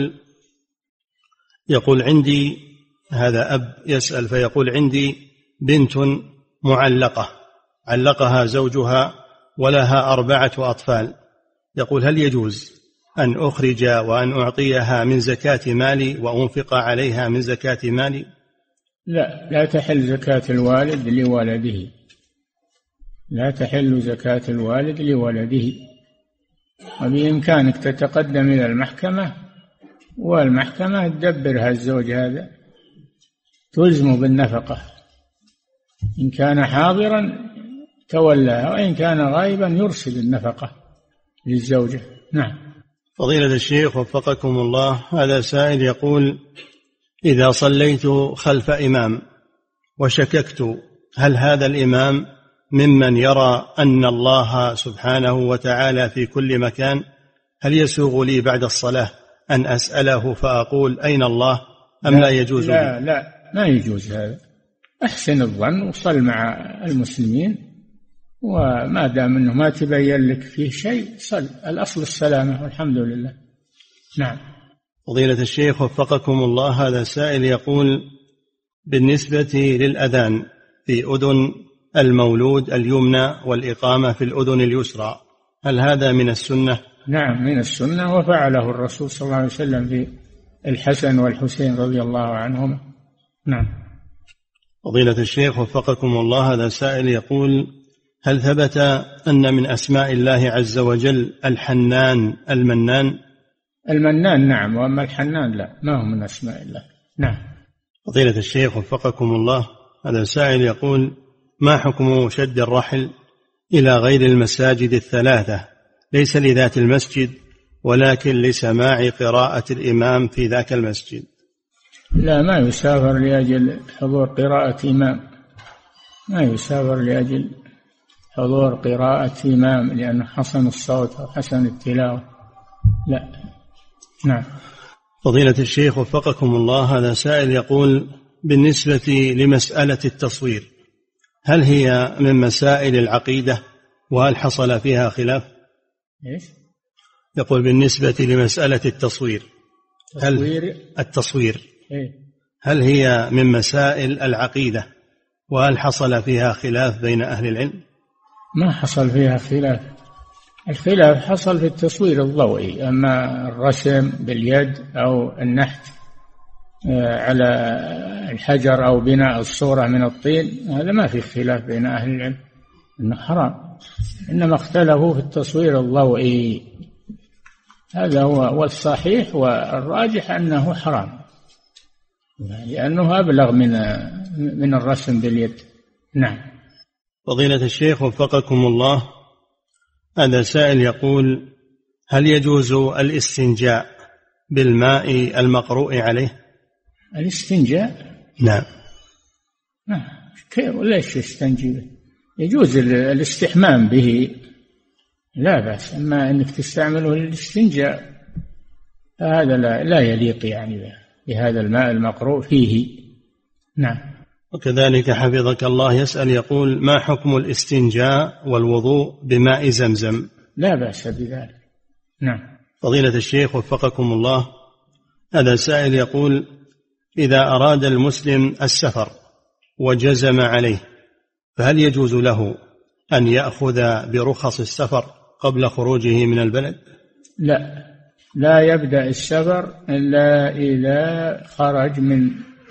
S1: يقول عندي، هذا أب يسأل فيقول: عندي بنت معلقة علقها زوجها ولها 4 أطفال، يقول: هل يجوز أن أخرج وأن أعطيها من زكاة مالي وأنفق عليها من زكاة مالي؟
S2: لا تحل زكاة الوالد لولده، لا تحل زكاة الوالد لولده، وبإمكانك تتقدم إلى المحكمة، والمحكمة تدبرها الزوج هذا، تلزم بالنفقة، إن كان حاضرا تولاها، وإن كان غائبا يرسل النفقة للزوجة. نعم.
S1: فضيلة الشيخ وفقكم الله، هذا سائل يقول: إذا صليت خلف إمام وشككت هل هذا الإمام ممن يرى أن الله سبحانه وتعالى في كل مكان، هل يسوغ لي بعد الصلاة أن أسأله فأقول أين الله، أم لا يجوز لي؟
S2: لا ما يجوز هذا، أحسن الظن وصل مع المسلمين، وما دام أنه ما تبين لك فيه شيء صل، الأصل السلامة والحمد لله. نعم.
S1: فضيلة الشيخ وفقكم الله، هذا سائل يقول: بالنسبة للأذان في أذن المولود اليمنى والإقامة في الأذن اليسرى، هل هذا من السنة؟
S2: نعم من السنة، وفعله الرسول صلى الله عليه وسلم في الحسن والحسين رضي الله عنهما. نعم.
S1: فضيلة الشيخ وفقكم الله، هذا سائل يقول: هل ثبت أن من أسماء الله عز وجل الحنان المنان؟
S2: المنان نعم، وأما الحنان لا، ما هو من أسماء الله. نعم.
S1: فضيلة الشيخ وفقكم الله، هذا سائل يقول: ما حكم شد الرحل إلى غير المساجد 3، ليس لذات المسجد ولكن لسماع قراءة الإمام في ذاك المسجد؟
S2: لا، ما يسافر لأجل حضور قراءة إمام، ما يسافر لأجل حضور قراءة إمام لأنه حسن الصوت أو حسن التلاوة، لا. نعم.
S1: فضيلة الشيخ وفقكم الله، هذا سائل يقول: بالنسبة لمسألة التصوير، هل هي من مسائل العقيدة وهل حصل فيها خلاف؟
S2: إيش؟
S1: يقول: بالنسبة لمسألة التصوير، التصوير هل هي من مسائل العقيدة وهل حصل فيها خلاف بين أهل العلم؟
S2: ما حصل فيها خلاف، الخلاف حصل في التصوير الضوئي، أما الرسم باليد أو النحت على الحجر أو بناء الصورة من الطين، هذا ما في خلاف بين أهل العلم أنه حرام، إنما اختلفوا في التصوير الضوئي، هذا هو والصحيح والراجح أنه حرام، لأنه أبلغ من الرسم باليد. نعم.
S1: فضيلة الشيخ وفقكم الله، هذا سائل يقول: هل يجوز الاستنجاء بالماء المقروء عليه؟
S2: الاستنجاء؟
S1: نعم.
S2: ليش يستنجي به؟ يجوز الاستحمام به لا بأس، أما أنك تستعمله للاستنجاء هذا لا يليق يعني بهذا الماء المقروء فيه. نعم.
S1: وكذلك حفظك الله يسأل يقول: ما حكم الاستنجاء والوضوء بماء زمزم؟
S2: لا بأس بذلك. نعم.
S1: فضيلة الشيخ وفقكم الله، هذا سائل يقول: إذا أراد المسلم السفر وجزم عليه، فهل يجوز له أن يأخذ برخص السفر قبل خروجه من البلد؟
S2: لا يبدأ السفر إلا إذا خرج من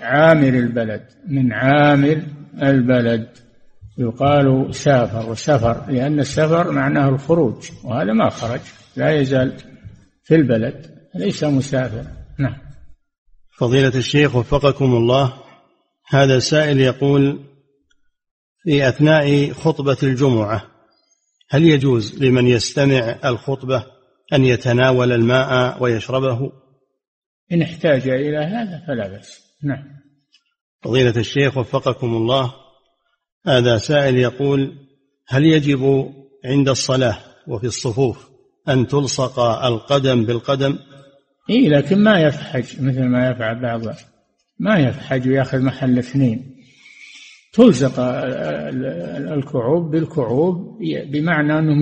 S2: عامر البلد يقال سافر وسفر، لأن السفر معناه الخروج، وهذا ما خرج، لا يزال في البلد، ليس مسافر. نعم.
S1: فضيلة الشيخ وفقكم الله، هذا سائل يقول: في أثناء خطبة الجمعة هل يجوز لمن يستمع الخطبة أن يتناول الماء ويشربه؟
S2: إن احتاج إلى هذا فلا بأس. نعم.
S1: فضيلة الشيخ وفقكم الله، هذا سائل يقول: هل يجب عند الصلاة وفي الصفوف أن تلصق القدم بالقدم؟
S2: لكن ما يفحج مثل ما يفعل بعض، ما يفحج ويأخذ محل اثنين، تلصق الكعوب بالكعوب، بمعنى أنهم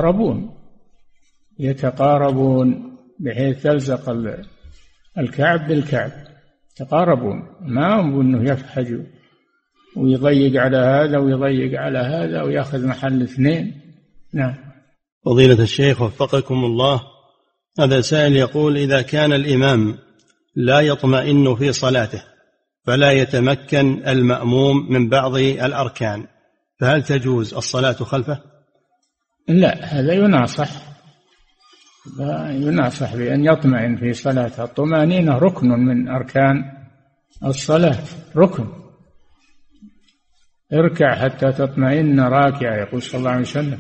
S2: يتقاربون بحيث تلصق الكعب بالكعب، يتقاربون، ما أنه يفحج ويضيق على هذا ويضيق على هذا ويأخذ محل اثنين. نعم.
S1: فضيلة الشيخ وفقكم الله، هذا سائل يقول: إذا كان الإمام لا يطمئن في صلاته فلا يتمكن المأموم من بعض الأركان، فهل تجوز الصلاة خلفه؟
S2: لا، هذا يناصح بأن يطمئن في صلاته. الطمأنينة ركن من أركان الصلاة، ركن. اركع حتى تطمئن راكعا، يقول صلى الله عليه وسلم.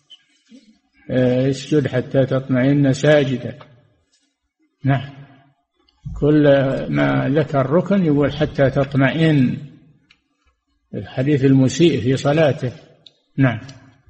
S2: اسجد حتى تطمئن ساجدا. نعم. كل ما ذكر ركن يقول حتى تطمئن، الحديث المسيء في صلاته. نعم.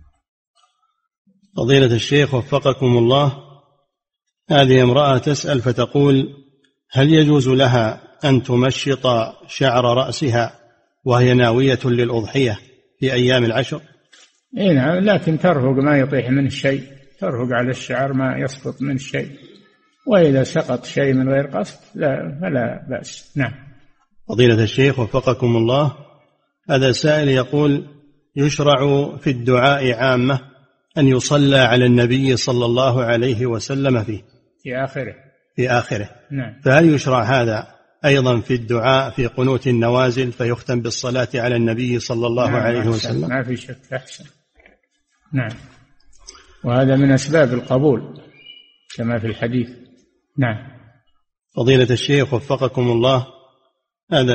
S1: فضيلة الشيخ وفقكم الله، هذه امرأة تسأل فتقول: هل يجوز لها أن تمشط شعر رأسها وهي ناوية للأضحية في أيام العشر؟
S2: نعم، لكن ترفق ما يطيح من الشيء، ترفق على الشعر ما يسقط من الشيء، وإذا سقط شيء من غير قصد فلا بأس. نعم.
S1: فضيلة الشيخ وفقكم الله، هذا سائل يقول: يشرع في الدعاء عامة أن يصلى على النبي صلى الله عليه وسلم في آخره.
S2: نعم.
S1: فهل يشرع هذا أيضا في الدعاء في قنوت النوازل فيختم بالصلاة على النبي صلى الله عليه وسلم؟
S2: ما في شك، أحسن. نعم. وهذا من أسباب القبول كما في الحديث. نعم.
S1: فضيلة الشيخ وفقكم الله، هذا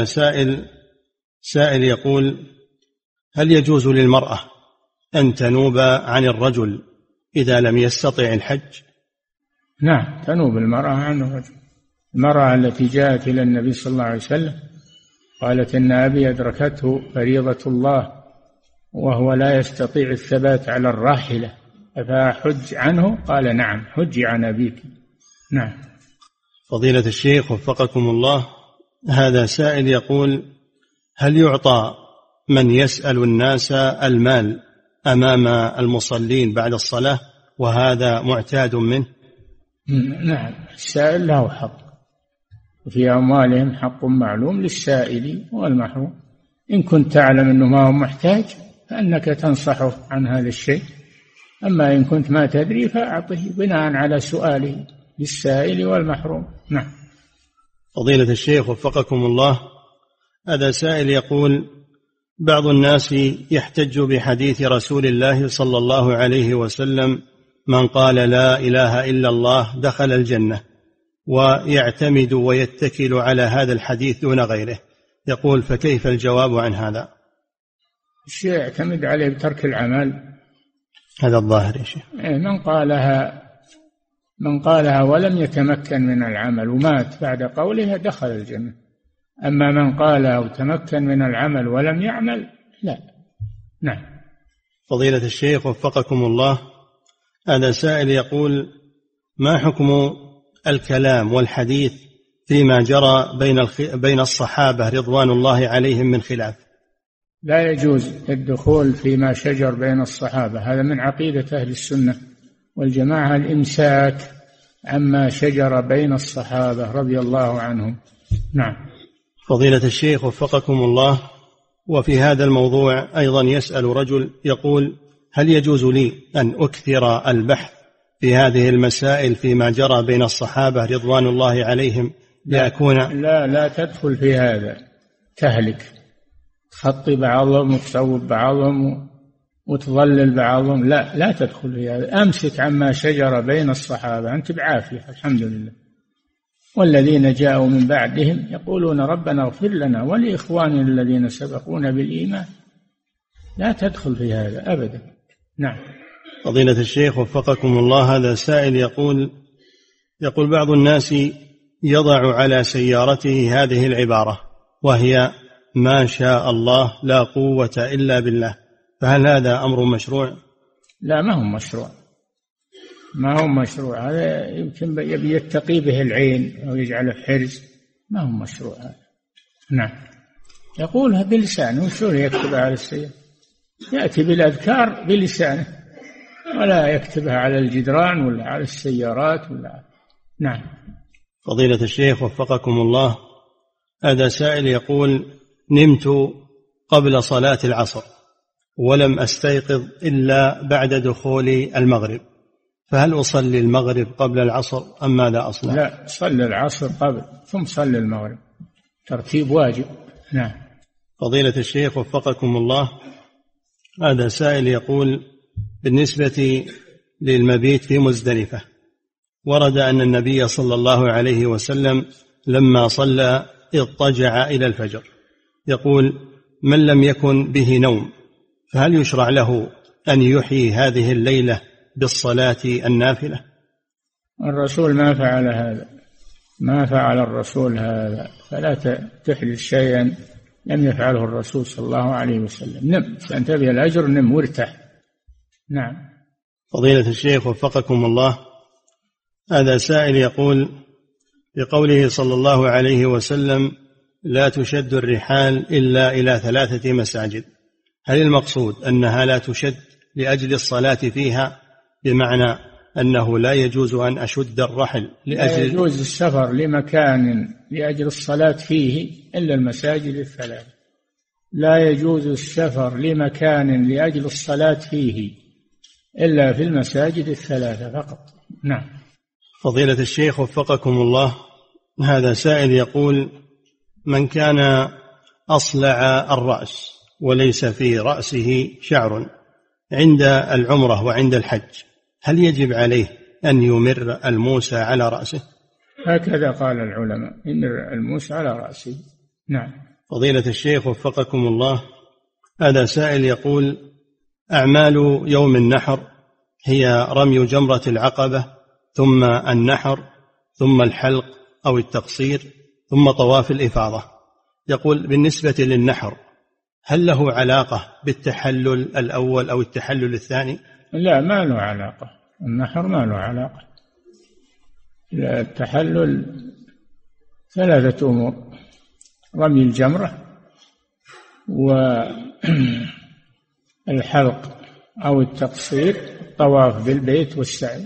S1: سائل يقول: هل يجوز للمرأة أن تنوب عن الرجل إذا لم يستطع الحج؟
S2: نعم، تنوب المرأة عن الرجل. المرأة التي جاءت إلى النبي صلى الله عليه وسلم قالت إن أبي أدركته فريضة الله وهو لا يستطيع الثبات على الراحلة، أفأحج عنه؟ قال: نعم، حجي عن أبيك. نعم.
S1: فضيلة الشيخ وفقكم الله، هذا سائل يقول: هل يعطى من يسأل الناس المال أمام المصلين بعد الصلاة وهذا معتاد منه؟
S2: نعم، السائل له حق، وفي أموالهم حق معلوم للسائل والمحروم. إن كنت تعلم أنه ما هو محتاج فأنك تنصحه عن هذا الشيء، أما إن كنت ما تدري فأعطه بناء على سؤاله للسائل والمحروم. نعم.
S1: فضيلة الشيخ وفقكم الله، هذا سائل يقول: بعض الناس يحتج بحديث رسول الله صلى الله عليه وسلم: من قال لا إله إلا الله دخل الجنة، ويعتمد ويتكل على هذا الحديث دون غيره. يقول: فكيف الجواب عن هذا؟
S2: الشيء يعتمد عليه بترك العمل،
S1: هذا الظاهر يا شيخ.
S2: من قالها ولم يتمكن من العمل ومات بعد قولها دخل الجنة، أما من قالها وتمكن من العمل ولم يعمل لا. نعم.
S1: فضيلة الشيخ وفقكم الله، هذا سائل يقول: ما حكم الكلام والحديث فيما جرى بين الصحابة رضوان الله عليهم من خلاف؟
S2: لا يجوز الدخول فيما شجر بين الصحابة، هذا من عقيدة أهل السنة والجماعة، الإمساك عما شجر بين الصحابة رضي الله عنهم. نعم.
S1: فضيلة الشيخ وفقكم الله، وفي هذا الموضوع أيضا يسأل رجل يقول: هل يجوز لي أن أكثر البحث في هذه المسائل فيما جرى بين الصحابة رضوان الله عليهم لأكون؟
S2: لا تدخل في هذا، تهلك، تخطي بعضهم وتصوب بعضهم وتضلل بعضهم، لا تدخل في هذا. أمسك عما شجر بين الصحابة، أنت بعافية الحمد لله. والذين جاءوا من بعدهم يقولون ربنا اغفر لنا ولإخواننا الذين سبقونا بالإيمان. لا تدخل في هذا أبدا. نعم.
S1: فضيلة الشيخ وفقكم الله، هذا سائل يقول بعض الناس يضع على سيارته هذه العبارة وهي: ما شاء الله لا قوة إلا بالله، فهل هذا أمر مشروع؟
S2: لا، ما هو مشروع. هذا يمكن يبي يتقي به العين أو يجعله حرز، ما هو مشروع هذا. نعم. يقولها بلسانه، وشو يكتبها على السيارة؟ يأتي بالأذكار بلسانه، ولا يكتبها على الجدران ولا على السيارات ولا. نعم.
S1: فضيلة الشيخ وفقكم الله، هذا سائل يقول: نمت قبل صلاة العصر ولم أستيقظ إلا بعد دخول المغرب، فهل أصلي المغرب قبل العصر أم ماذا أصنع؟
S2: لا، صلي العصر قبل ثم صلي المغرب، ترتيب واجب. نعم.
S1: فضيلة الشيخ وفقكم الله، هذا سائل يقول: بالنسبة للمبيت في مزدلفة، ورد أن النبي صلى الله عليه وسلم لما صلى اضطجع إلى الفجر، يقول: من لم يكن به نوم فهل يشرع له أن يحيي هذه الليلة بالصلاة النافلة؟
S2: الرسول ما فعل هذا، ما فعل الرسول هذا، فلا تحدث شيئا لم يفعله الرسول صلى الله عليه وسلم. نم، سأنتبه الأجر، نم وارتاح. نعم.
S1: فضيلة الشيخ وفقكم الله، هذا سائل يقول: بقوله صلى الله عليه وسلم لا تشد الرحال إلا إلى 3 مساجد، هل المقصود أنها لا تشد لأجل الصلاة فيها، بمعنى أنه لا يجوز أن أشد الرحل
S2: لا يجوز السفر لمكان لأجل الصلاة فيه إلا المساجد 3؟ لا يجوز السفر لمكان لأجل الصلاة فيه إلا في المساجد 3 فقط. نعم.
S1: فضيلة الشيخ وفقكم الله، هذا سائل يقول: من كان أصلع الرأس وليس في رأسه شعر عند العمرة وعند الحج، هل يجب عليه أن يمر الموسى على رأسه؟
S2: هكذا قال العلماء، يمر الموسى على رأسه. نعم.
S1: فضيلة الشيخ وفقكم الله، هذا سائل يقول: أعمال يوم النحر هي رمي جمرة العقبة ثم النحر ثم الحلق أو التقصير ثم طواف الإفاضة. يقول: بالنسبة للنحر هل له علاقة بالتحلل الأول أو التحلل الثاني؟
S2: لا، ما له علاقة، النحر ما له علاقة. التحلل 3 أمور: رمي الجمرة والحلق أو التقصير، الطواف بالبيت والسعي.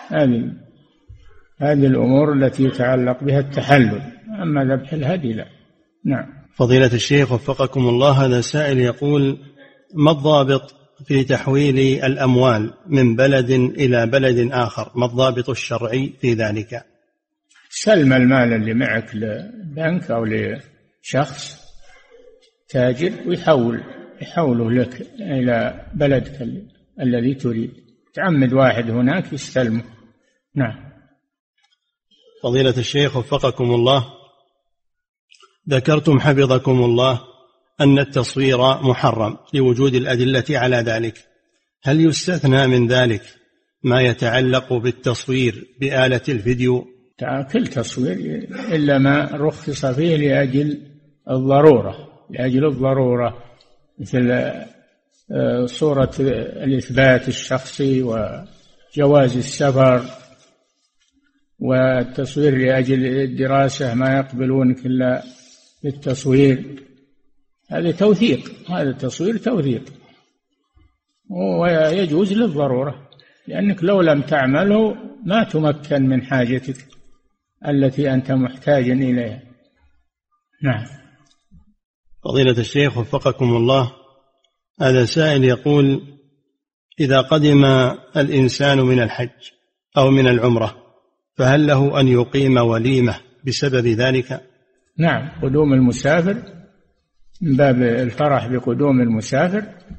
S2: هذه الأمور التي يتعلق بها التحلل، أما ذبح الهدي لا. نعم.
S1: فضيلة الشيخ وفقكم الله، هذا سائل يقول: ما الضابط في تحويل الأموال من بلد إلى بلد آخر؟ ما الضابط الشرعي في ذلك؟
S2: سلم المال اللي معك لبنك أو لشخص تاجر ويحوله لك إلى بلدك الذي تريد. تعمد واحد هناك يستلمه. نعم.
S1: فضيلة الشيخ وفقكم الله، ذكرتم حفظكم الله أن التصوير محرم لوجود الأدلة على ذلك، هل يستثنى من ذلك ما يتعلق بالتصوير بآلة الفيديو؟
S2: كل تصوير إلا ما رخص فيه لأجل الضرورة، مثل صورة الإثبات الشخصي وجواز السفر، والتصوير لأجل الدراسة ما يقبلونك إلا بالتصوير. هذا توثيق، هذا التصوير توثيق، ويجوز للضرورة، لأنك لو لم تعمله ما تمكن من حاجتك التي أنت محتاج إليها. نعم.
S1: فضيلة الشيخ وفقكم الله، هذا سائل يقول: إذا قدم الإنسان من الحج أو من العمرة فهل له أن يقيم وليمة بسبب ذلك؟
S2: نعم، قدوم المسافر من باب الفرح بقدوم المسافر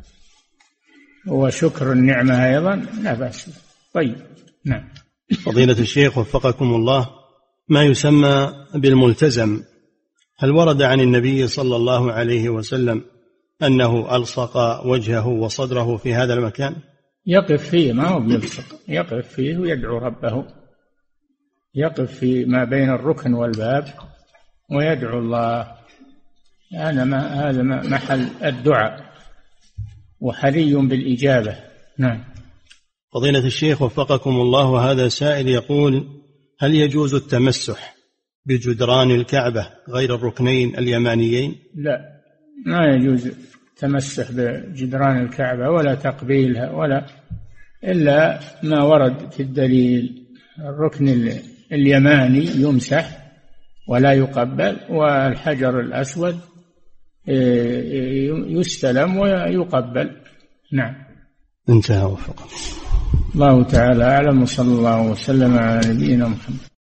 S2: وشكر النعمة أيضا، لا بأس. طيب، نعم.
S1: فضيلة الشيخ وفقكم الله، ما يسمى بالملتزم هل ورد عن النبي صلى الله عليه وسلم أنه ألصق وجهه وصدره في هذا المكان؟
S2: يقف فيه، ما هو بيلصق، يقف فيه ويدعو ربه، يقف في ما بين الركن والباب ويدعو الله. هذا محل الدعاء وحري بالإجابة. نعم.
S1: فضيلة الشيخ وفقكم الله، وهذا سائل يقول: هل يجوز التمسح بجدران الكعبة غير الركنين اليمانيين؟
S2: لا، ما يجوز التمسح بجدران الكعبة ولا تقبيلها ولا إلا ما ورد في الدليل. الركن اليماني يمسح ولا يقبل، والحجر الأسود يستلم ويقبل. نعم.
S1: انتهى وفق.
S2: الله تعالى أعلم، وصلى الله وسلم على نبينا محمد.